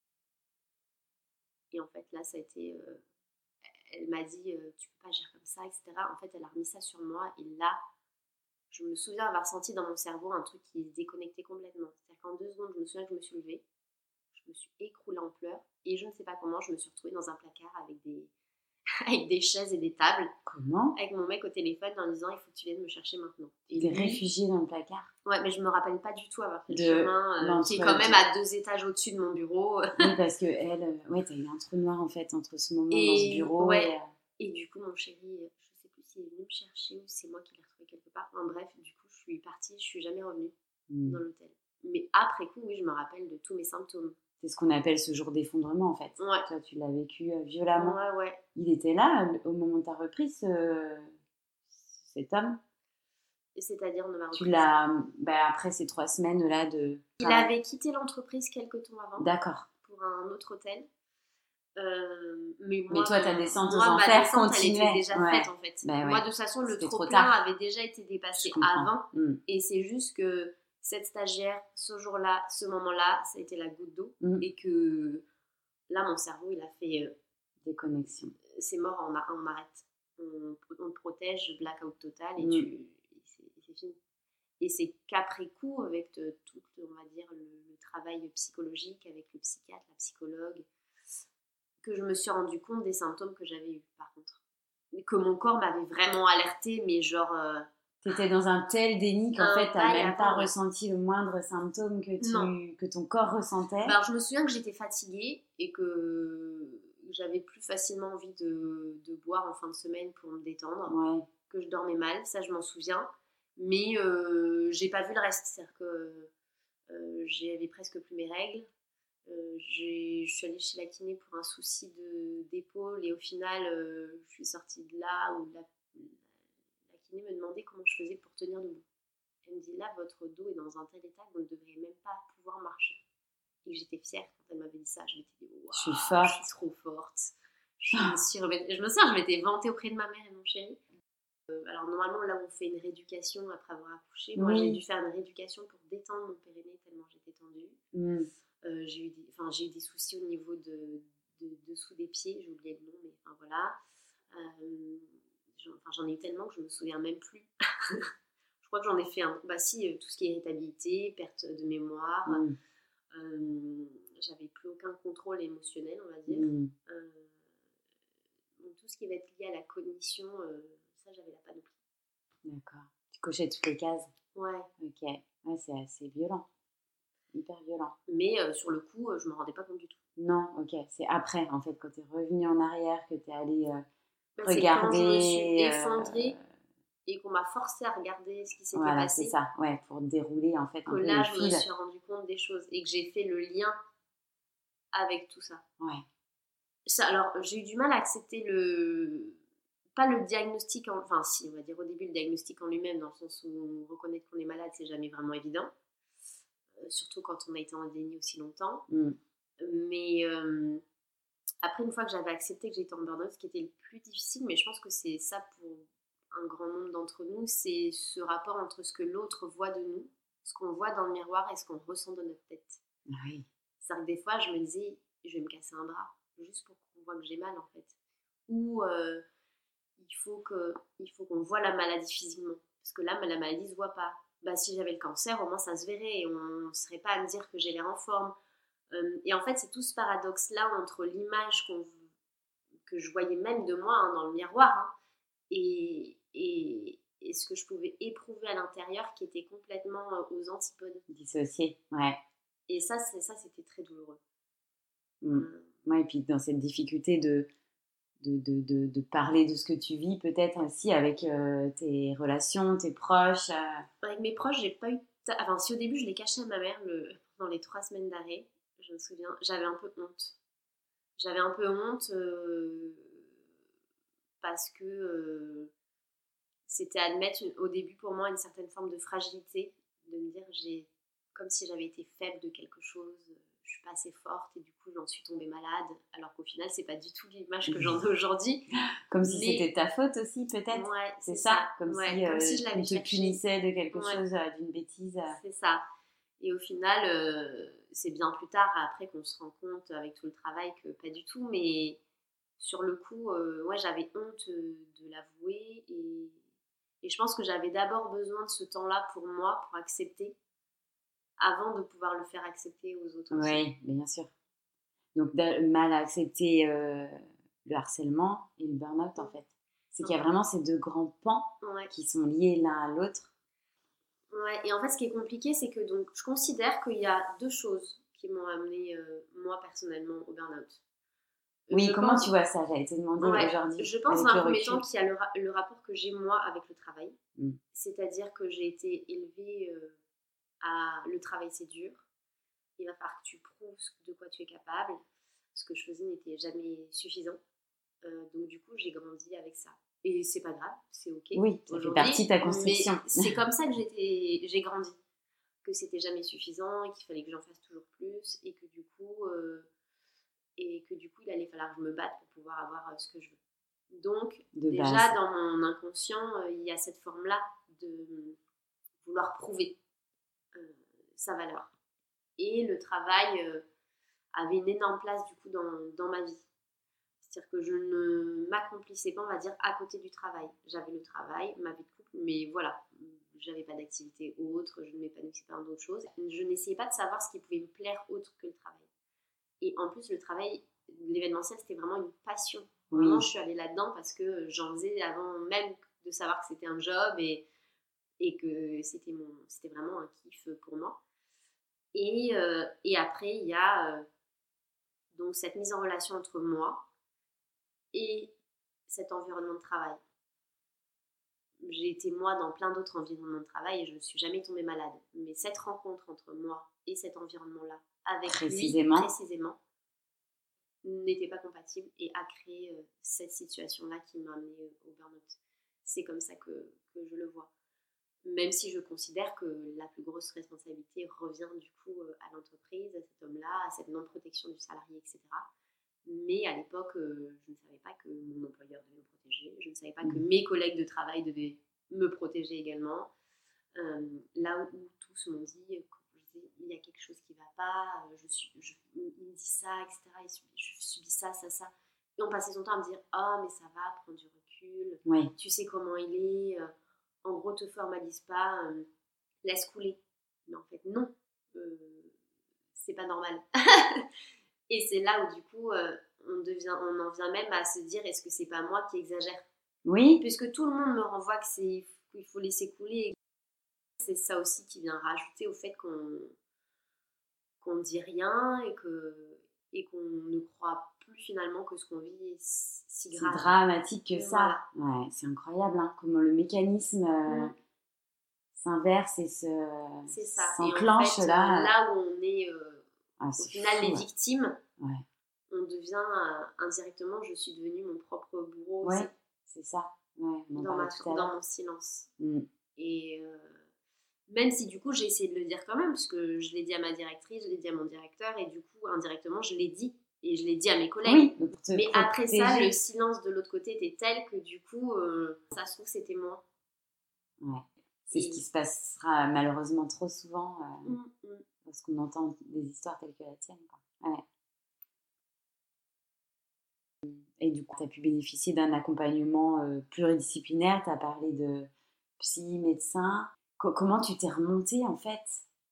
Et en fait, là, ça a été... Euh, elle m'a dit, euh, tu peux pas gérer comme ça, et cetera. En fait, elle a remis ça sur moi. Et là, je me souviens avoir senti dans mon cerveau un truc qui se déconnectait complètement. C'est-à-dire qu'en deux secondes, je me souviens que je me suis levée. Je me suis écroulée en pleurs. Et je ne sais pas comment, je me suis retrouvée dans un placard avec des, avec des chaises et des tables. Comment? Avec mon mec au téléphone en disant, il faut que tu viennes me chercher maintenant. Et Des lui- réfugiés dans le placard. Ouais, mais je me rappelle pas du tout avoir fait De le chemin, euh, l'entre- qui est quand même de- à deux étages au-dessus de mon bureau. Oui, parce que elle, euh, ouais, t'as eu un trou noir en fait entre ce moment Et- dans ce bureau ouais. et. euh, Et du coup, mon chéri, euh, je sais plus s'il est venu me chercher ou si c'est moi qui l'ai retrouvé quelque part. Enfin bref, du coup, je suis partie, je suis jamais revenue mm. dans l'hôtel. Mais après coup, oui, je me rappelle de tous mes symptômes. C'est ce qu'on appelle ce jour d'effondrement en fait. Ouais. Toi, tu l'as vécu euh, violemment. Ouais, ouais. Il était là euh, au moment de ta reprise, ce- cet homme. Et c'est-à-dire de ma Tu reprise. l'as. Bah, après ces trois semaines là de. Il avait quitté l'entreprise quelques temps avant D'accord. pour un autre hôtel. Euh, mais, moi, Mais toi, ta descente aux moi, ma enfers descente, continuait. elle était déjà Ouais. faite en fait. Bah ouais. Moi, de toute façon, le C'était trop trop-plein tard. avait déjà été dépassé Je comprends. avant. Mm. Et c'est juste que cette stagiaire, ce jour-là, ce moment-là, ça a été la goutte d'eau. Mm. Et que là, mon cerveau, il a fait euh, Déconnexion. c'est mort, on, a- on arrête. On, on te protège, blackout total, et, Mm. tu, et c'est, et c'est fini. Et c'est qu'après coup, avec euh, tout, on va dire, le, le travail psychologique, avec le psychiatre, la psychologue, que je me suis rendu compte des symptômes que j'avais eus, par contre. Mais que mon corps m'avait vraiment alertée, mais genre... Euh, T'étais dans un tel déni qu'en un fait, t'as même pas ouais. ressenti le moindre symptôme que, tu, que ton corps ressentait. Bah, alors, je me souviens que j'étais fatiguée et que j'avais plus facilement envie de, de boire en fin de semaine pour me détendre, ouais. que je dormais mal, ça je m'en souviens. Mais euh, j'ai pas vu le reste, c'est-à-dire que euh, j'avais presque plus mes règles. Euh, je suis allée chez la kiné pour un souci de, d'épaule et au final, euh, je suis sortie de là où la, la kiné me demandait comment je faisais pour tenir debout. Elle me dit là, votre dos est dans un tel état que vous ne devriez même pas pouvoir marcher. Et j'étais fière quand elle m'avait dit ça. Je m'étais dit, wow, je suis forte, je suis trop forte. Je, me suis remet... je me souviens, je m'étais vantée auprès de ma mère et mon chéri. Euh, alors normalement, là, on fait une rééducation après avoir accouché. Moi, oui. j'ai dû faire une rééducation pour détendre mon périnée tellement j'étais tendue. Mm. Euh, j'ai, eu des... Enfin, j'ai eu des soucis au niveau de, de... dessous des pieds. J'ai oublié le nom, mais enfin voilà. Euh... J'en... Enfin, j'en ai eu tellement que je me souviens même plus. Je crois que j'en ai fait un. Bah si, tout ce qui est irritabilité, perte de mémoire. Mm. Euh, j'avais plus aucun contrôle émotionnel, on va dire. Mm. Euh, donc tout ce qui va être lié à la cognition, euh, ça j'avais la panoplie. D'accord. Tu cochais toutes les cases. Ouais. Ok. Ouais, c'est assez violent. Hyper violent. Mais euh, sur le coup, euh, je me rendais pas compte du tout. Non, ok. C'est après, en fait, quand t'es revenue en arrière, que t'es allée euh, bah, regarder. C'est quand je me suis effondrée. Euh... Et qu'on m'a forcé à regarder ce qui s'était voilà, passé. C'est ça, ouais, pour dérouler en fait que un peu là, le je fil. me suis rendu compte des choses et que j'ai fait le lien avec tout ça. Ouais. Ça, alors, j'ai eu du mal à accepter le... Pas le diagnostic, en... enfin si, on va dire au début le diagnostic en lui-même, dans le sens où reconnaître qu'on est malade, c'est jamais vraiment évident. Euh, surtout quand on a été en déni aussi longtemps. Mm. Mais euh, après, une fois que j'avais accepté que j'étais en burn-out, ce qui était le plus difficile, mais je pense que c'est ça pour un grand nombre d'entre nous, c'est ce rapport entre ce que l'autre voit de nous, ce qu'on voit dans le miroir et ce qu'on ressent dans notre tête. Oui. C'est-à-dire que des fois, je me disais, je vais me casser un bras, juste pour qu'on voit que j'ai mal en fait. Ou euh, il faut que, il faut qu'on voit la maladie physiquement, parce que là, la maladie se voit pas. Bah, si j'avais le cancer, au moins ça se verrait et on ne serait pas à me dire que j'ai l'air en forme. Euh, et en fait, c'est tout ce paradoxe-là entre l'image qu'on, que je voyais même de moi hein, dans le miroir hein, et, et, et ce que je pouvais éprouver à l'intérieur qui était complètement aux antipodes. Dissocié, ouais. Et ça, c'est, ça c'était très douloureux. Mmh. Euh, ouais, et puis dans cette difficulté de, de, de, de, de parler de ce que tu vis, peut-être aussi avec euh, tes relations, tes proches. Euh... Avec mes proches, j'ai pas eu. Enfin, si au début je l'ai caché à ma mère le... dans les trois semaines d'arrêt, je me souviens, j'avais un peu honte. J'avais un peu honte euh... parce que euh... c'était admettre une... au début pour moi une certaine forme de fragilité, de me dire j'ai comme si j'avais été faible de quelque chose. Je suis pas assez forte et du coup j'en suis tombée malade alors qu'au final c'est pas du tout l'image que j'en ai aujourd'hui. Comme si mais... c'était ta faute aussi peut-être. Ouais, c'est, c'est ça, ça. Comme, ouais, si, comme euh, si je l'avais tu te cherché. punissais de quelque ouais. chose, euh, d'une bêtise. Euh... C'est ça. Et au final euh, c'est bien plus tard après qu'on se rend compte avec tout le travail que pas du tout, mais sur le coup euh, ouais, j'avais honte de l'avouer et, et je pense que j'avais d'abord besoin de ce temps-là pour moi, pour accepter avant de pouvoir le faire accepter aux autres aussi. Oui, bien sûr. Donc, mal à accepter euh, le harcèlement et le burn-out, en fait. C'est qu'il y a vraiment ces deux grands pans ouais. qui sont liés l'un à l'autre. Ouais, et en fait, ce qui est compliqué, c'est que donc, je considère qu'il y a deux choses qui m'ont amené, euh, moi, personnellement, au burn-out. Oui, je comment pense... tu vois ça? J'allais te demander ouais, aujourd'hui. Je pense, dans un premier temps, qu'il y a le, ra- le rapport que j'ai, moi, avec le travail. Mm. C'est-à-dire que j'ai été élevée... Euh, à le travail c'est dur, il va falloir que tu prouves de quoi tu es capable, ce que je faisais n'était jamais suffisant, euh, donc du coup j'ai grandi avec ça et c'est pas grave, c'est ok. Oui, ça fait partie de ta construction, mais c'est comme ça que j'étais, j'ai grandi, que c'était jamais suffisant et qu'il fallait que j'en fasse toujours plus et que du coup euh, et que du coup il allait falloir que je me batte pour pouvoir avoir ce que je veux. Donc de déjà base. Dans mon inconscient euh, il y a cette forme là de vouloir prouver Euh, sa valeur. Et le travail euh, avait une énorme place du coup dans, dans ma vie. C'est-à-dire que je ne m'accomplissais pas, on va dire, à côté du travail. J'avais le travail, ma vie de couple, mais voilà, j'avais pas d'activité autre, je ne m'épanouissais pas dans d'autres choses. Je n'essayais pas de savoir ce qui pouvait me plaire autre que le travail. Et en plus, le travail, l'événementiel, c'était vraiment une passion. Vraiment, Oui. je suis allée là-dedans parce que j'en faisais avant même de savoir que c'était un job et, et que c'était, mon, c'était vraiment un kiff pour moi. Et, euh, et après, il y a euh, donc cette mise en relation entre moi et cet environnement de travail. J'ai été moi dans plein d'autres environnements de travail et je ne suis jamais tombée malade. Mais cette rencontre entre moi et cet environnement-là, avec Précisément. lui précisément, n'était pas compatible et a créé euh, cette situation-là qui m'a amenée euh, au burn-out. C'est comme ça que, que je le vois. Même si je considère que la plus grosse responsabilité revient du coup euh, à l'entreprise, à cet homme-là, à cette non-protection du salarié, et cetera. Mais à l'époque, euh, je ne savais pas que mon employeur devait me protéger, je ne savais pas que Mmh. mes collègues de travail devaient me protéger également. Euh, là où tous m'ont dit, quand je disais, il y a quelque chose qui ne va pas, je suis, je, il me dit ça, et cetera. Je subis ça, ça, ça. Et on passait son temps à me dire, oh, mais ça va, prends du recul, Oui. tu sais comment il est, euh, en gros, te formalise pas, euh, laisse couler. Mais en fait, non, euh, c'est pas normal. Et c'est là où, du coup, euh, on, devient, on en vient même à se dire, est-ce que c'est pas moi qui exagère ? Oui. Puisque tout le monde me renvoie que c'est, qu'il faut laisser couler. C'est ça aussi qui vient rajouter au fait qu'on qu'on ne dit rien et que et qu'on ne croit plus finalement que ce qu'on vit est si grave. C'est dramatique que ça. Voilà. Ouais, c'est incroyable hein, comment le mécanisme euh, mmh. s'inverse et se c'est ça. s'enclenche et en fait, là. Là où on est euh, ah, au final fou, les ouais. victimes, ouais. on devient euh, indirectement, je suis devenue mon propre bourreau ouais, aussi. C'est ça. Ouais, on en dans, ma, tout à dans mon silence. Mmh. Et euh, même si du coup j'ai essayé de le dire quand même, parce que je l'ai dit à ma directrice, je l'ai dit à mon directeur, et du coup indirectement je l'ai dit, et je l'ai dit à mes collègues. Oui, mais après ça, le silence de l'autre côté était tel que du coup, euh, ça se trouve c'était moi. Ouais. C'est et... ce qui se passera malheureusement trop souvent euh, mmh, mmh. lorsqu'on entend des histoires telles que la tienne. Quoi. Ouais. Et du coup, tu as pu bénéficier d'un accompagnement euh, pluridisciplinaire, tu as parlé de psy, médecin. Co- comment tu t'es remontée en fait ?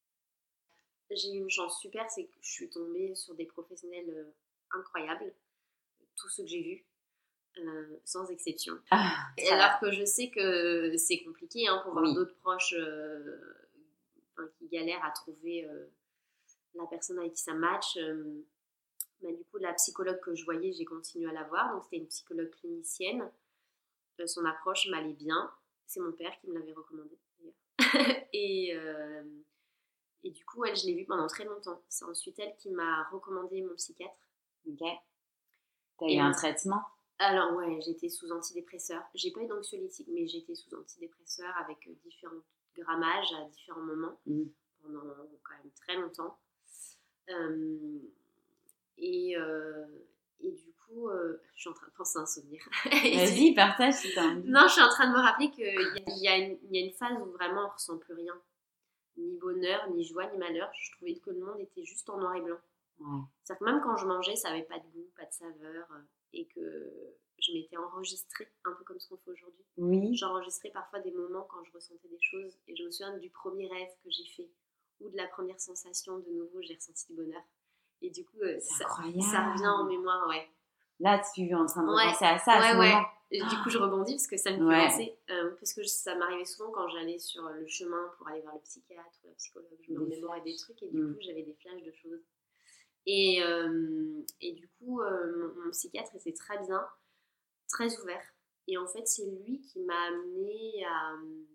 J'ai eu une chance super, c'est que je suis tombée sur des professionnels euh, incroyables, tous ceux que j'ai vus, euh, sans exception. Ah, alors que je sais que c'est compliqué hein, pour voir oui. d'autres proches euh, qui galèrent à trouver euh, la personne avec qui ça match. Euh, bah, du coup, la psychologue que je voyais, j'ai continué à la voir. Donc, c'était une psychologue clinicienne. Euh, son approche m'allait bien. C'est mon père qui me l'avait recommandé, d'ailleurs. et... Euh, Et du coup, elle, je l'ai vue pendant très longtemps. C'est ensuite elle qui m'a recommandé mon psychiatre. Ok. T'as eu un traitement ? Alors ouais, j'étais sous antidépresseurs. J'ai pas eu d'anxiolytique, mais j'étais sous antidépresseurs avec différents grammages à différents moments mmh. pendant quand même très longtemps. Euh, et, euh, et du coup, euh, je suis en train de penser à un souvenir. Vas-y, partage si t'as envie. Non, je suis en train de me rappeler qu'il y, y, a une, y a une phase où vraiment on ressent plus rien. Ni bonheur, ni joie, ni malheur. Je trouvais que le monde était juste en noir et blanc. Ouais. C'est-à-dire que même quand je mangeais, ça n'avait pas de goût, pas de saveur, et que je m'étais enregistrée, un peu comme ce qu'on fait aujourd'hui. Oui. J'enregistrais parfois des moments quand je ressentais des choses, et je me souviens du premier rêve que j'ai fait, ou de la première sensation, de nouveau, j'ai ressenti du bonheur. Et du coup, ça, ça revient en mémoire, ouais. Là, tu es en train de ouais. repenser à ça ouais, à ce ouais. moment. Et du coup, je rebondis parce que ça me fait ouais. penser. Euh, parce que ça m'arrivait souvent quand j'allais sur le chemin pour aller voir le psychiatre ou la psychologue. Je me remémorais des trucs et du mmh. coup, j'avais des flashs de choses. Et, euh, et du coup, euh, mon, mon psychiatre était très bien, très ouvert. Et en fait, c'est lui qui m'a amenée à,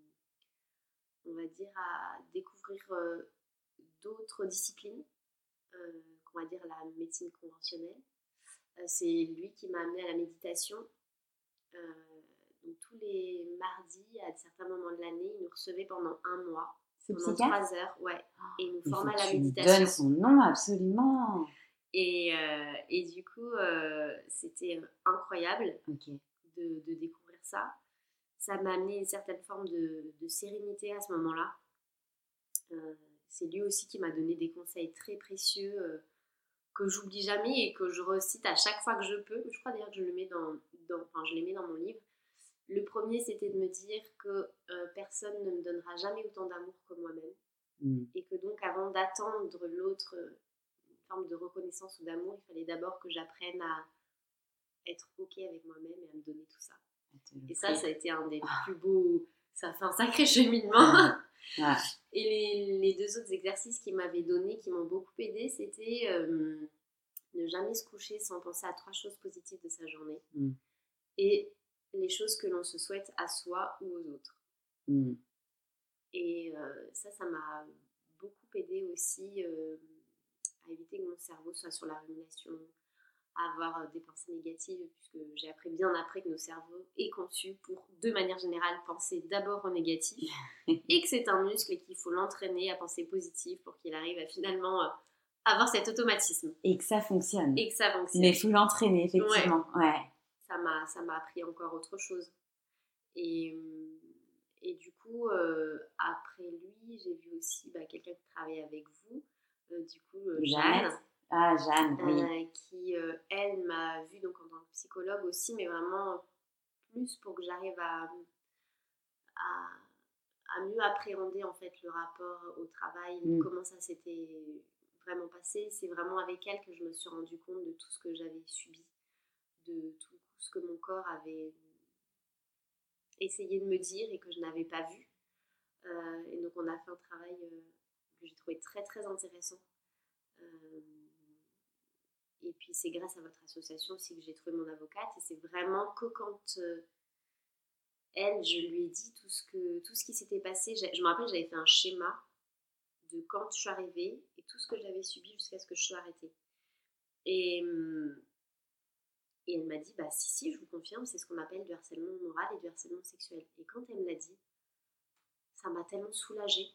on va dire, à découvrir euh, d'autres disciplines, euh, qu'on va dire la médecine conventionnelle. Euh, c'est lui qui m'a amenée à la méditation. Euh, donc tous les mardis, à certains moments de l'année, il nous recevait pendant un mois, Ce pendant psychiatre trois heures, ouais, et il nous il formait à la tu méditation. Donne son nom absolument. Et, euh, et du coup, euh, c'était incroyable okay. de, de découvrir ça. Ça m'a amené une certaine forme de, de sérénité à ce moment-là. Euh, c'est lui aussi qui m'a donné des conseils très précieux euh, que j'oublie jamais et que je recite à chaque fois que je peux. Je crois d'ailleurs que je le mets dans, dans, enfin, je les mets dans mon livre. Le premier, c'était de me dire que euh, personne ne me donnera jamais autant d'amour que moi-même. Mmh. Et que donc, avant d'attendre l'autre, une forme de reconnaissance ou d'amour, il fallait d'abord que j'apprenne à, être ok avec moi-même et à me donner tout ça. Te Et ça, ça a été un des Ah. plus beaux... Ça a fait un sacré cheminement. Ouais. Et les, les deux autres exercices qu'il m'avait donnés, qui m'ont beaucoup aidé, c'était euh, ne jamais se coucher sans penser à trois choses positives de sa journée. Mm. Et les choses que l'on se souhaite à soi ou aux autres. Mm. Et euh, ça, ça m'a beaucoup aidé aussi euh, à éviter que mon cerveau soit sur la rumination, à avoir euh, des pensées négatives, puisque j'ai appris bien après que nos cerveaux est conçu pour, de manière générale, penser d'abord au négatif, et que c'est un muscle et qu'il faut l'entraîner à penser positif pour qu'il arrive à finalement euh, avoir cet automatisme. Et que ça fonctionne. Et que ça fonctionne. Mais il faut l'entraîner, effectivement. Ouais. ouais. Ça m'a, ça m'a appris encore autre chose. Et, et du coup, euh, après lui, j'ai vu aussi bah, quelqu'un qui travaillait avec vous, euh, du coup, euh, Jeanne. Ah, Jeanne, oui. Euh, qui, euh, elle, m'a vue donc, en tant que psychologue aussi, mais vraiment plus pour que j'arrive à, à, à mieux appréhender en fait le rapport au travail, mm. comment ça s'était vraiment passé. C'est vraiment avec elle que je me suis rendu compte de tout ce que j'avais subi, de tout ce que mon corps avait essayé de me dire et que je n'avais pas vu. Euh, et donc on a fait un travail euh, que j'ai trouvé très très intéressant. Euh, et puis c'est grâce à votre association aussi que j'ai trouvé mon avocate. Et c'est vraiment que quand euh, elle, je lui ai dit tout ce, que, tout ce qui s'était passé. Je me rappelle, j'avais fait un schéma de quand je suis arrivée et tout ce que j'avais subi jusqu'à ce que je sois arrêtée. Et, et elle m'a dit, bah si, si, je vous confirme, c'est ce qu'on appelle du harcèlement moral et du harcèlement sexuel. Et quand elle me l'a dit, ça m'a tellement soulagée.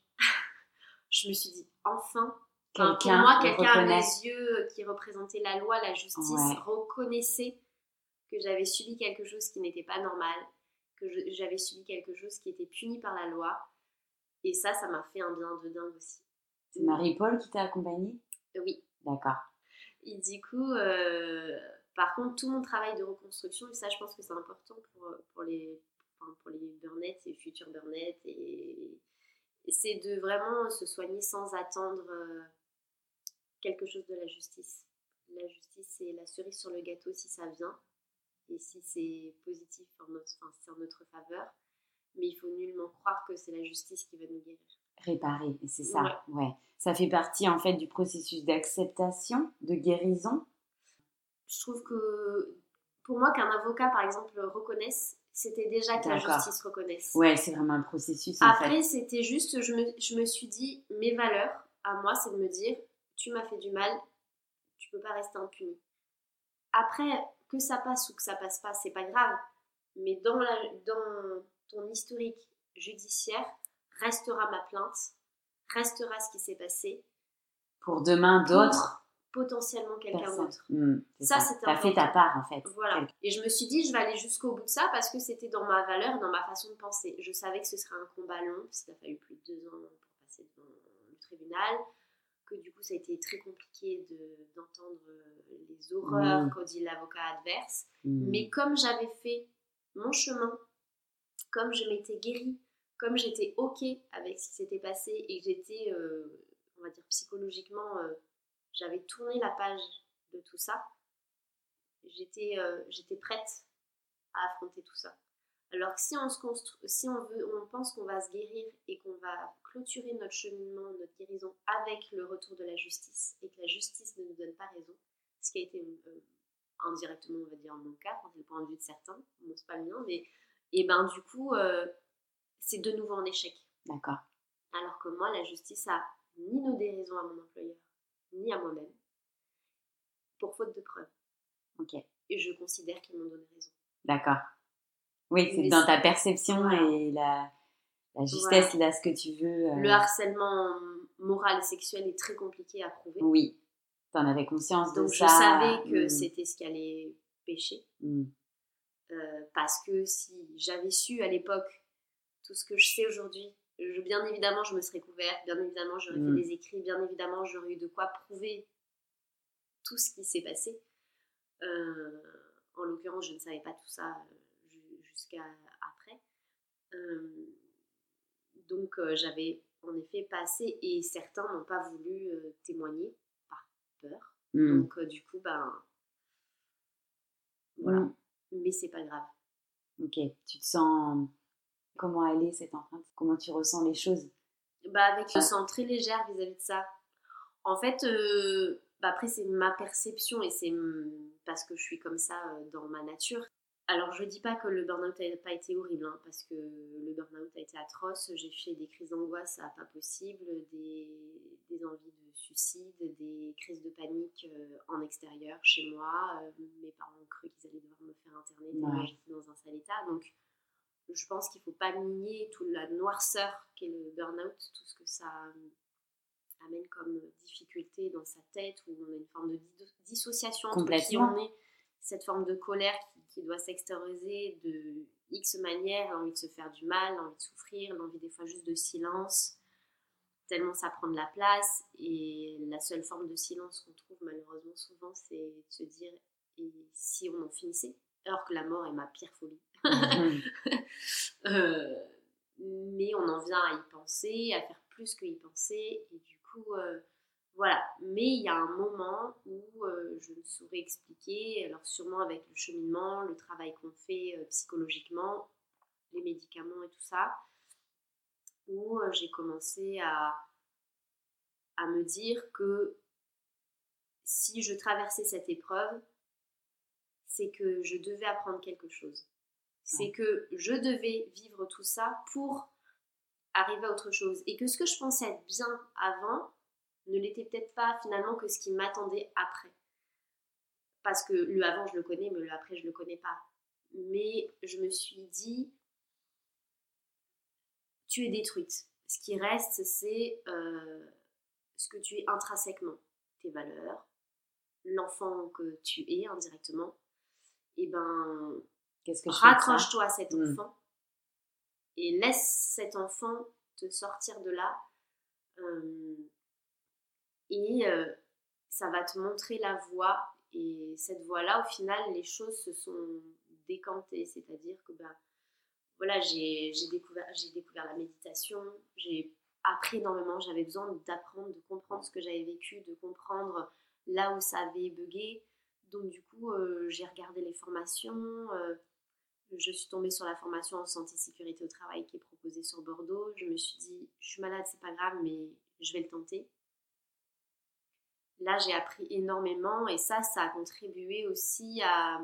Je me suis dit, enfin, enfin pour moi, quelqu'un à mes yeux qui représentait la loi, la justice, ouais. reconnaissait que j'avais subi quelque chose qui n'était pas normal, que je, j'avais subi quelque chose qui était puni par la loi. Et ça, ça m'a fait un bien de dingue aussi. C'est Marie-Paul qui t'a accompagnée ? Oui. D'accord. Et du coup, euh, par contre, tout mon travail de reconstruction, et ça, je pense que c'est important pour, pour les, enfin, pour les burn-out et futurs burn-out, et, et c'est de vraiment se soigner sans attendre euh, quelque chose de la justice. La justice, c'est la cerise sur le gâteau si ça vient, et si c'est positif en notre, enfin, c'est en notre faveur. Mais il faut nullement croire que c'est la justice qui va nous guérir. Réparer, et c'est ça, ouais. ouais. Ça fait partie en fait du processus d'acceptation, de guérison. Je trouve que pour moi, qu'un avocat par exemple reconnaisse, c'était déjà que D'accord. la justice reconnaisse. Ouais, c'est vraiment un processus en Après, fait. c'était juste, je me, je me suis dit, mes valeurs à moi, c'est de me dire, tu m'as fait du mal, tu peux pas rester impuni. Après, que ça passe ou que ça passe pas, c'est pas grave. Mais dans, la, dans ton historique judiciaire, restera ma plainte, restera ce qui s'est passé. Pour demain, d'autres. Potentiellement quelqu'un Personne. d'autre. Mmh, ça, ça. c'était T'as fait ta part, en fait. Voilà. Quelque... Et je me suis dit, je vais aller jusqu'au bout de ça parce que c'était dans ma valeur, dans ma façon de penser. Je savais que ce serait un combat long, parce qu'il a fallu plus de deux ans pour passer devant le tribunal, que du coup, ça a été très compliqué de, d'entendre les horreurs mmh. qu'en dit l'avocat adverse. Mmh. Mais comme j'avais fait mon chemin, comme je m'étais guérie, comme j'étais OK avec ce qui s'était passé et que j'étais, euh, on va dire, psychologiquement... Euh, j'avais tourné la page de tout ça, j'étais, euh, j'étais prête à affronter tout ça. Alors que si on, se constru- si on, veut, on pense qu'on va se guérir et qu'on va clôturer notre cheminement, notre guérison avec le retour de la justice, et que la justice ne nous donne pas raison, ce qui a été euh, indirectement, on va dire, mon cas, c'est le point de vue de certains, bon, c'est pas le mien, mais et ben, du coup, euh, c'est de nouveau en échec. D'accord. Alors que moi, la justice a ni donné raison à mon employeur, ni à moi-même, pour faute de preuves. Ok. Et je considère qu'ils m'ont donné raison. D'accord. Oui, c'est Mais dans c'est... ta perception voilà. et la, la justesse, voilà. là, ce que tu veux. Euh... Le harcèlement moral et sexuel est très compliqué à prouver. Oui, t'en avais conscience de Donc, ça. Donc, je savais que mmh. c'était ce qui allait pécher. Mmh. Euh, parce que si j'avais su à l'époque tout ce que je sais aujourd'hui, je, bien évidemment, je me serais couverte, bien évidemment, j'aurais mmh. fait des écrits, bien évidemment, j'aurais eu de quoi prouver tout ce qui s'est passé. Euh, en l'occurrence, je ne savais pas tout ça jusqu'à après. Euh, donc, euh, j'avais en effet pas assez, et certains n'ont pas voulu euh, témoigner par peur. Mmh. Donc, euh, du coup, ben, Voilà. Mmh. Mais c'est pas grave. Ok. Tu te sens... Comment elle est, cette empreinte? Comment tu ressens les choses? Bah, avec, je me sens très légère vis-à-vis de ça. En fait, euh, bah après, c'est ma perception et c'est parce que je suis comme ça dans ma nature. Alors, je dis pas que le burn-out n'a pas été horrible, hein, parce que le burn-out a été atroce. J'ai fait des crises d'angoisse à pas possible, des, des envies de suicide, des crises de panique euh, en extérieur, chez moi. Euh, mes parents ont cru qu'ils allaient devoir me faire interner tellement Ouais. j'étais dans un sale état. Donc, je pense qu'il faut pas nier toute la noirceur qu'est le burn-out, tout ce que ça amène comme difficulté dans sa tête, où on a une forme de dissociation entre qui on est, cette forme de colère qui, qui doit s'extérioriser de X manières, l'envie de se faire du mal, l'envie de souffrir, l'envie des fois juste de silence, tellement ça prend de la place. Et la seule forme de silence qu'on trouve malheureusement souvent, c'est de se dire et si on en finissait, alors que la mort est ma pire folie. euh, mais on en vient à y penser, à faire plus que y penser, et du coup euh, voilà. Mais il y a un moment où euh, je ne saurais expliquer, alors sûrement avec le cheminement, le travail qu'on fait euh, psychologiquement, les médicaments et tout ça, où euh, j'ai commencé à, à me dire que si je traversais cette épreuve, c'est que je devais apprendre quelque chose. C'est que je devais vivre tout ça pour arriver à autre chose. Et que ce que je pensais être bien avant ne l'était peut-être pas finalement que ce qui m'attendait après. Parce que le avant, je le connais, mais le après, je le connais pas. Mais je me suis dit, tu es détruite. Ce qui reste, c'est euh, ce que tu es intrinsèquement. Tes valeurs, l'enfant que tu es indirectement. Et ben, Qu'est-ce que raccroche-toi à cet mmh. enfant et laisse cet enfant te sortir de là. Euh, et euh, ça va te montrer la voie. Et cette voie-là, au final, les choses se sont décantées. C'est-à-dire que ben, voilà, j'ai, j'ai, découvert, j'ai découvert la méditation, j'ai appris énormément, j'avais besoin d'apprendre, de comprendre ce que j'avais vécu, de comprendre là où ça avait bugué. Donc du coup, euh, j'ai regardé les formations, euh, je suis tombée sur la formation en santé sécurité au travail qui est proposée sur Bordeaux. Je me suis dit, je suis malade, c'est pas grave, mais je vais le tenter. Là, j'ai appris énormément et ça, ça a contribué aussi à,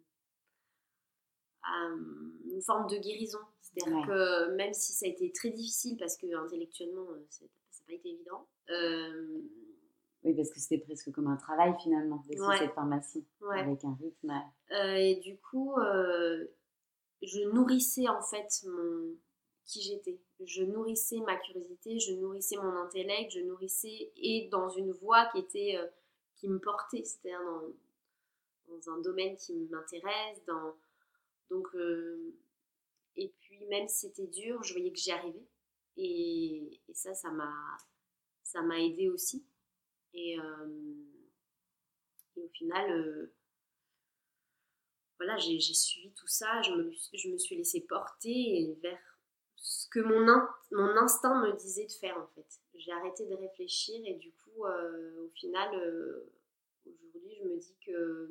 à une forme de guérison. C'est-à-dire ouais. que même si ça a été très difficile, parce que intellectuellement, ça n'a pas été évident. Euh... Oui, parce que c'était presque comme un travail finalement, de ouais. cette formation, ouais. avec un rythme. Euh, et du coup, euh, je nourrissais en fait mon... qui j'étais. Je nourrissais ma curiosité, je nourrissais mon intellect, je nourrissais et dans une voie qui était euh, qui me portait, c'est-à-dire dans, dans un domaine qui m'intéresse, dans donc euh, et puis même si c'était dur, je voyais que j'y arrivais et, et ça, ça m'a ça m'a aidée aussi et, euh, et au final euh, voilà, j'ai, j'ai suivi tout ça, je me, je me suis laissée porter vers ce que mon, in, mon instinct me disait de faire en fait. J'ai arrêté de réfléchir et du coup, euh, au final, euh, aujourd'hui, je me dis que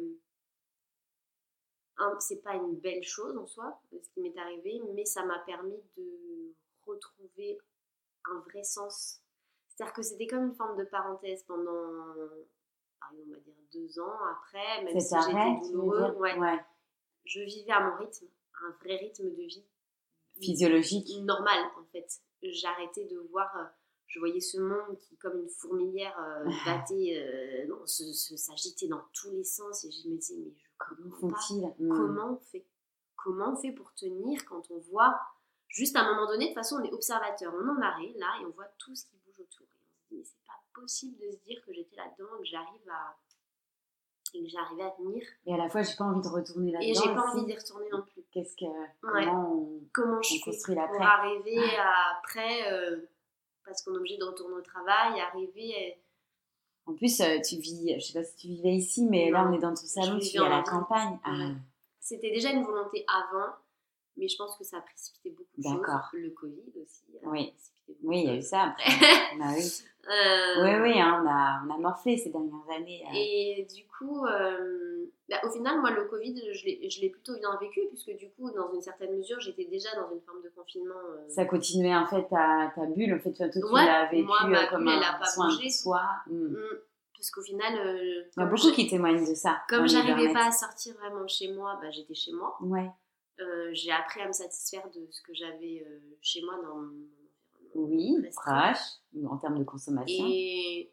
un, c'est pas une belle chose en soi, ce qui m'est arrivé, mais ça m'a permis de retrouver un vrai sens. C'est-à-dire que c'était comme une forme de parenthèse pendant, on va dire, deux ans après, même c'est si arrêt, j'étais douloureux. Ouais. Ouais. Je vivais à mon rythme, un vrai rythme de vie. Physiologique. Normal, en fait. J'arrêtais de voir, euh, je voyais ce monde qui, comme une fourmilière, euh, battait, euh, non, se, se, s'agitait dans tous les sens. Et je me disais, mais je comment font-ils pas, mmh. Comment on fait Comment on fait pour tenir quand on voit, juste à un moment donné, de toute façon, on est observateur. On en arrête, là, et on voit tout ce qui bouge autour. Et on se dit, mais c'est pas possible de se dire que j'étais là-dedans, que j'arrive à... et que j'arrivais à tenir. Et à la fois, j'ai pas envie de retourner là-dedans. Et j'ai pas aussi. envie d'y retourner non plus. Qu'est-ce que, ouais. comment on, comment on je construit fais l'après pour arriver à, après, euh, parce qu'on est obligé de retourner au travail, arriver... À... En plus, euh, tu vis, je sais pas si tu vivais ici, mais non, là, on est dans ton salon, tu vis à la ville. Campagne. Ah. Ouais. C'était déjà une volonté avant, mais je pense que ça a précipité beaucoup de D'accord. choses. Le Covid aussi. A oui, précipité oui, il y a eu ça après. bah, oui. Euh... oui, oui, hein, on, a, on a morflé ces dernières années. Euh... Et du coup, euh, Bah, au final, moi, le Covid, je l'ai, je l'ai plutôt bien vécu, puisque du coup, dans une certaine mesure, j'étais déjà dans une forme de confinement. Euh... Ça continuait en fait ta, ta bulle, en fait, toi, tu ouais, l'as vécu moi, ma comme bulle, un elle a pas soin bougé. de soi. Mm. Mm. Parce qu'au final, euh, il y a beaucoup qui témoignent de ça. Comme j'arrivais pas à sortir vraiment de chez moi, bah, j'étais chez moi. Ouais. Euh, j'ai appris à me satisfaire de ce que j'avais euh, chez moi dans mon environnement. Oui, proche, en termes de consommation. Et,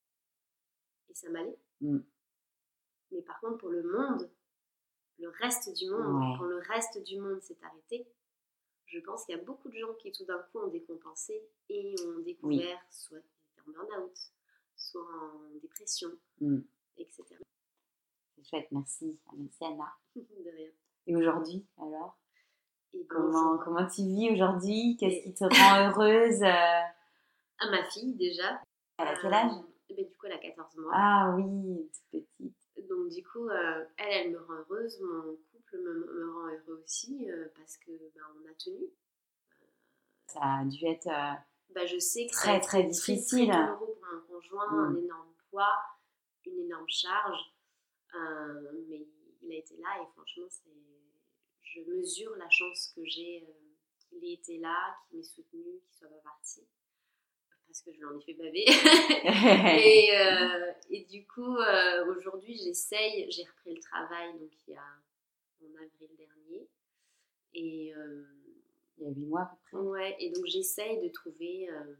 et ça m'allait. Mm. Mais par contre, pour le monde, le reste du monde, ouais. quand le reste du monde s'est arrêté, je pense qu'il y a beaucoup de gens qui tout d'un coup ont décompensé et ont découvert oui. soit qu'ils étaient en burn-out, soit en dépression, mm. et cetera. C'est chouette, merci. Merci Anna. De rien. Et aujourd'hui, alors et comment, comment tu vis aujourd'hui? Qu'est-ce et... qui te rend heureuse? À ma fille, déjà. Elle a quel âge? euh, ben, Du coup, elle a quatorze mois. Ah oui, toute petite. Donc du coup, euh, elle, elle me rend heureuse, mon couple me, me rend heureux aussi, euh, parce que ben, on a tenu. Euh, ça a dû être euh, ben, je sais que très très, très difficile. Très, très douloureux pour mon conjoint, mm. un énorme poids, une énorme charge, euh, mais il a été là et franchement, c'est... je mesure la chance que j'ai euh, qu'il ait été là, qu'il m'ait soutenue, qu'il soit pas parti. Parce que je l'en ai fait baver. et, euh, et du coup, euh, aujourd'hui, j'essaye, j'ai repris le travail donc il y a en avril dernier. Et euh, il y a huit mois à peu près. Ouais, et donc j'essaye de trouver euh,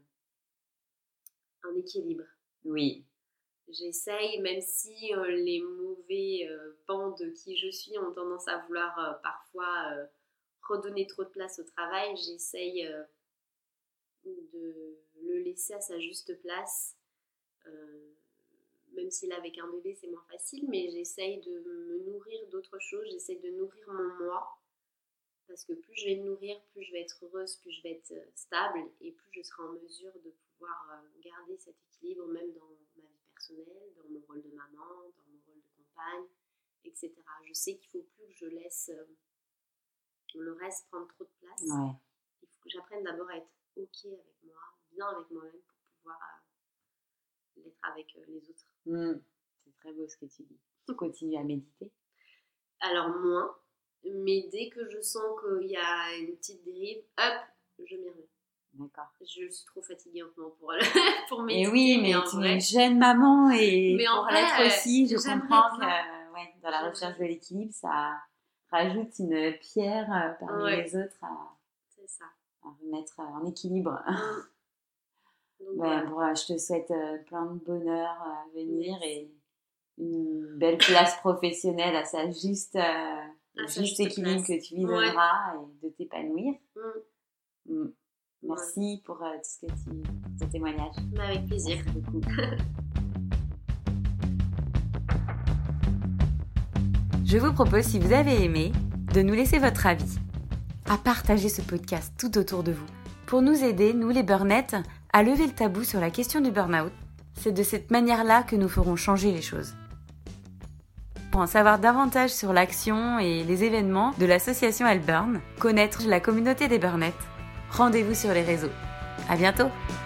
un équilibre. Oui. J'essaye, même si euh, les mauvais euh, pans de qui je suis ont tendance à vouloir euh, parfois euh, redonner trop de place au travail, j'essaye euh, de le laisser à sa juste place, euh, même si là avec un bébé c'est moins facile, mais j'essaye de me nourrir d'autres choses, j'essaye de nourrir mon moi, parce que plus je vais me nourrir, plus je vais être heureuse, plus je vais être stable, et plus je serai en mesure de pouvoir garder cet équilibre même dans ma vie personnelle, dans mon rôle de maman, dans mon rôle de compagne, et cetera. Je sais qu'il ne faut plus que je laisse le reste prendre trop de place. Ouais. Il faut que j'apprenne d'abord à être ok avec moi, bien avec moi-même pour pouvoir euh, l'être avec euh, les autres. Mmh. C'est très beau ce que tu dis. Tu continues à méditer? Alors moins, mais dès que je sens qu'il y a une petite dérive, hop, je m'y remets. D'accord. Je suis trop fatiguée en ce moment pour, pour méditer. Et oui, mais, mais tu es une jeune maman et mais pour l'être aussi, je comprends que euh, ouais, dans la j'aimerais. recherche de l'équilibre, ça rajoute une pierre parmi ouais. les autres à, c'est ça. à remettre en équilibre. Mmh. Donc, ouais, bon, je te souhaite plein de bonheur à venir oui. et une belle place professionnelle à sa juste, euh, à juste, juste équilibre place. Que tu visionneras ouais. et de t'épanouir. Mmh. Mmh. Merci ouais. pour euh, tout ce que tu, ton témoignage. Mais avec plaisir. Merci beaucoup. Je vous propose, si vous avez aimé, de nous laisser votre avis, à partager ce podcast tout autour de vous. Pour nous aider, nous les burnettes, à lever le tabou sur la question du burn-out, c'est de cette manière-là que nous ferons changer les choses. Pour en savoir davantage sur l'action et les événements de l'association Elles Burn, connaître la communauté des burnettes, rendez-vous sur les réseaux. À bientôt!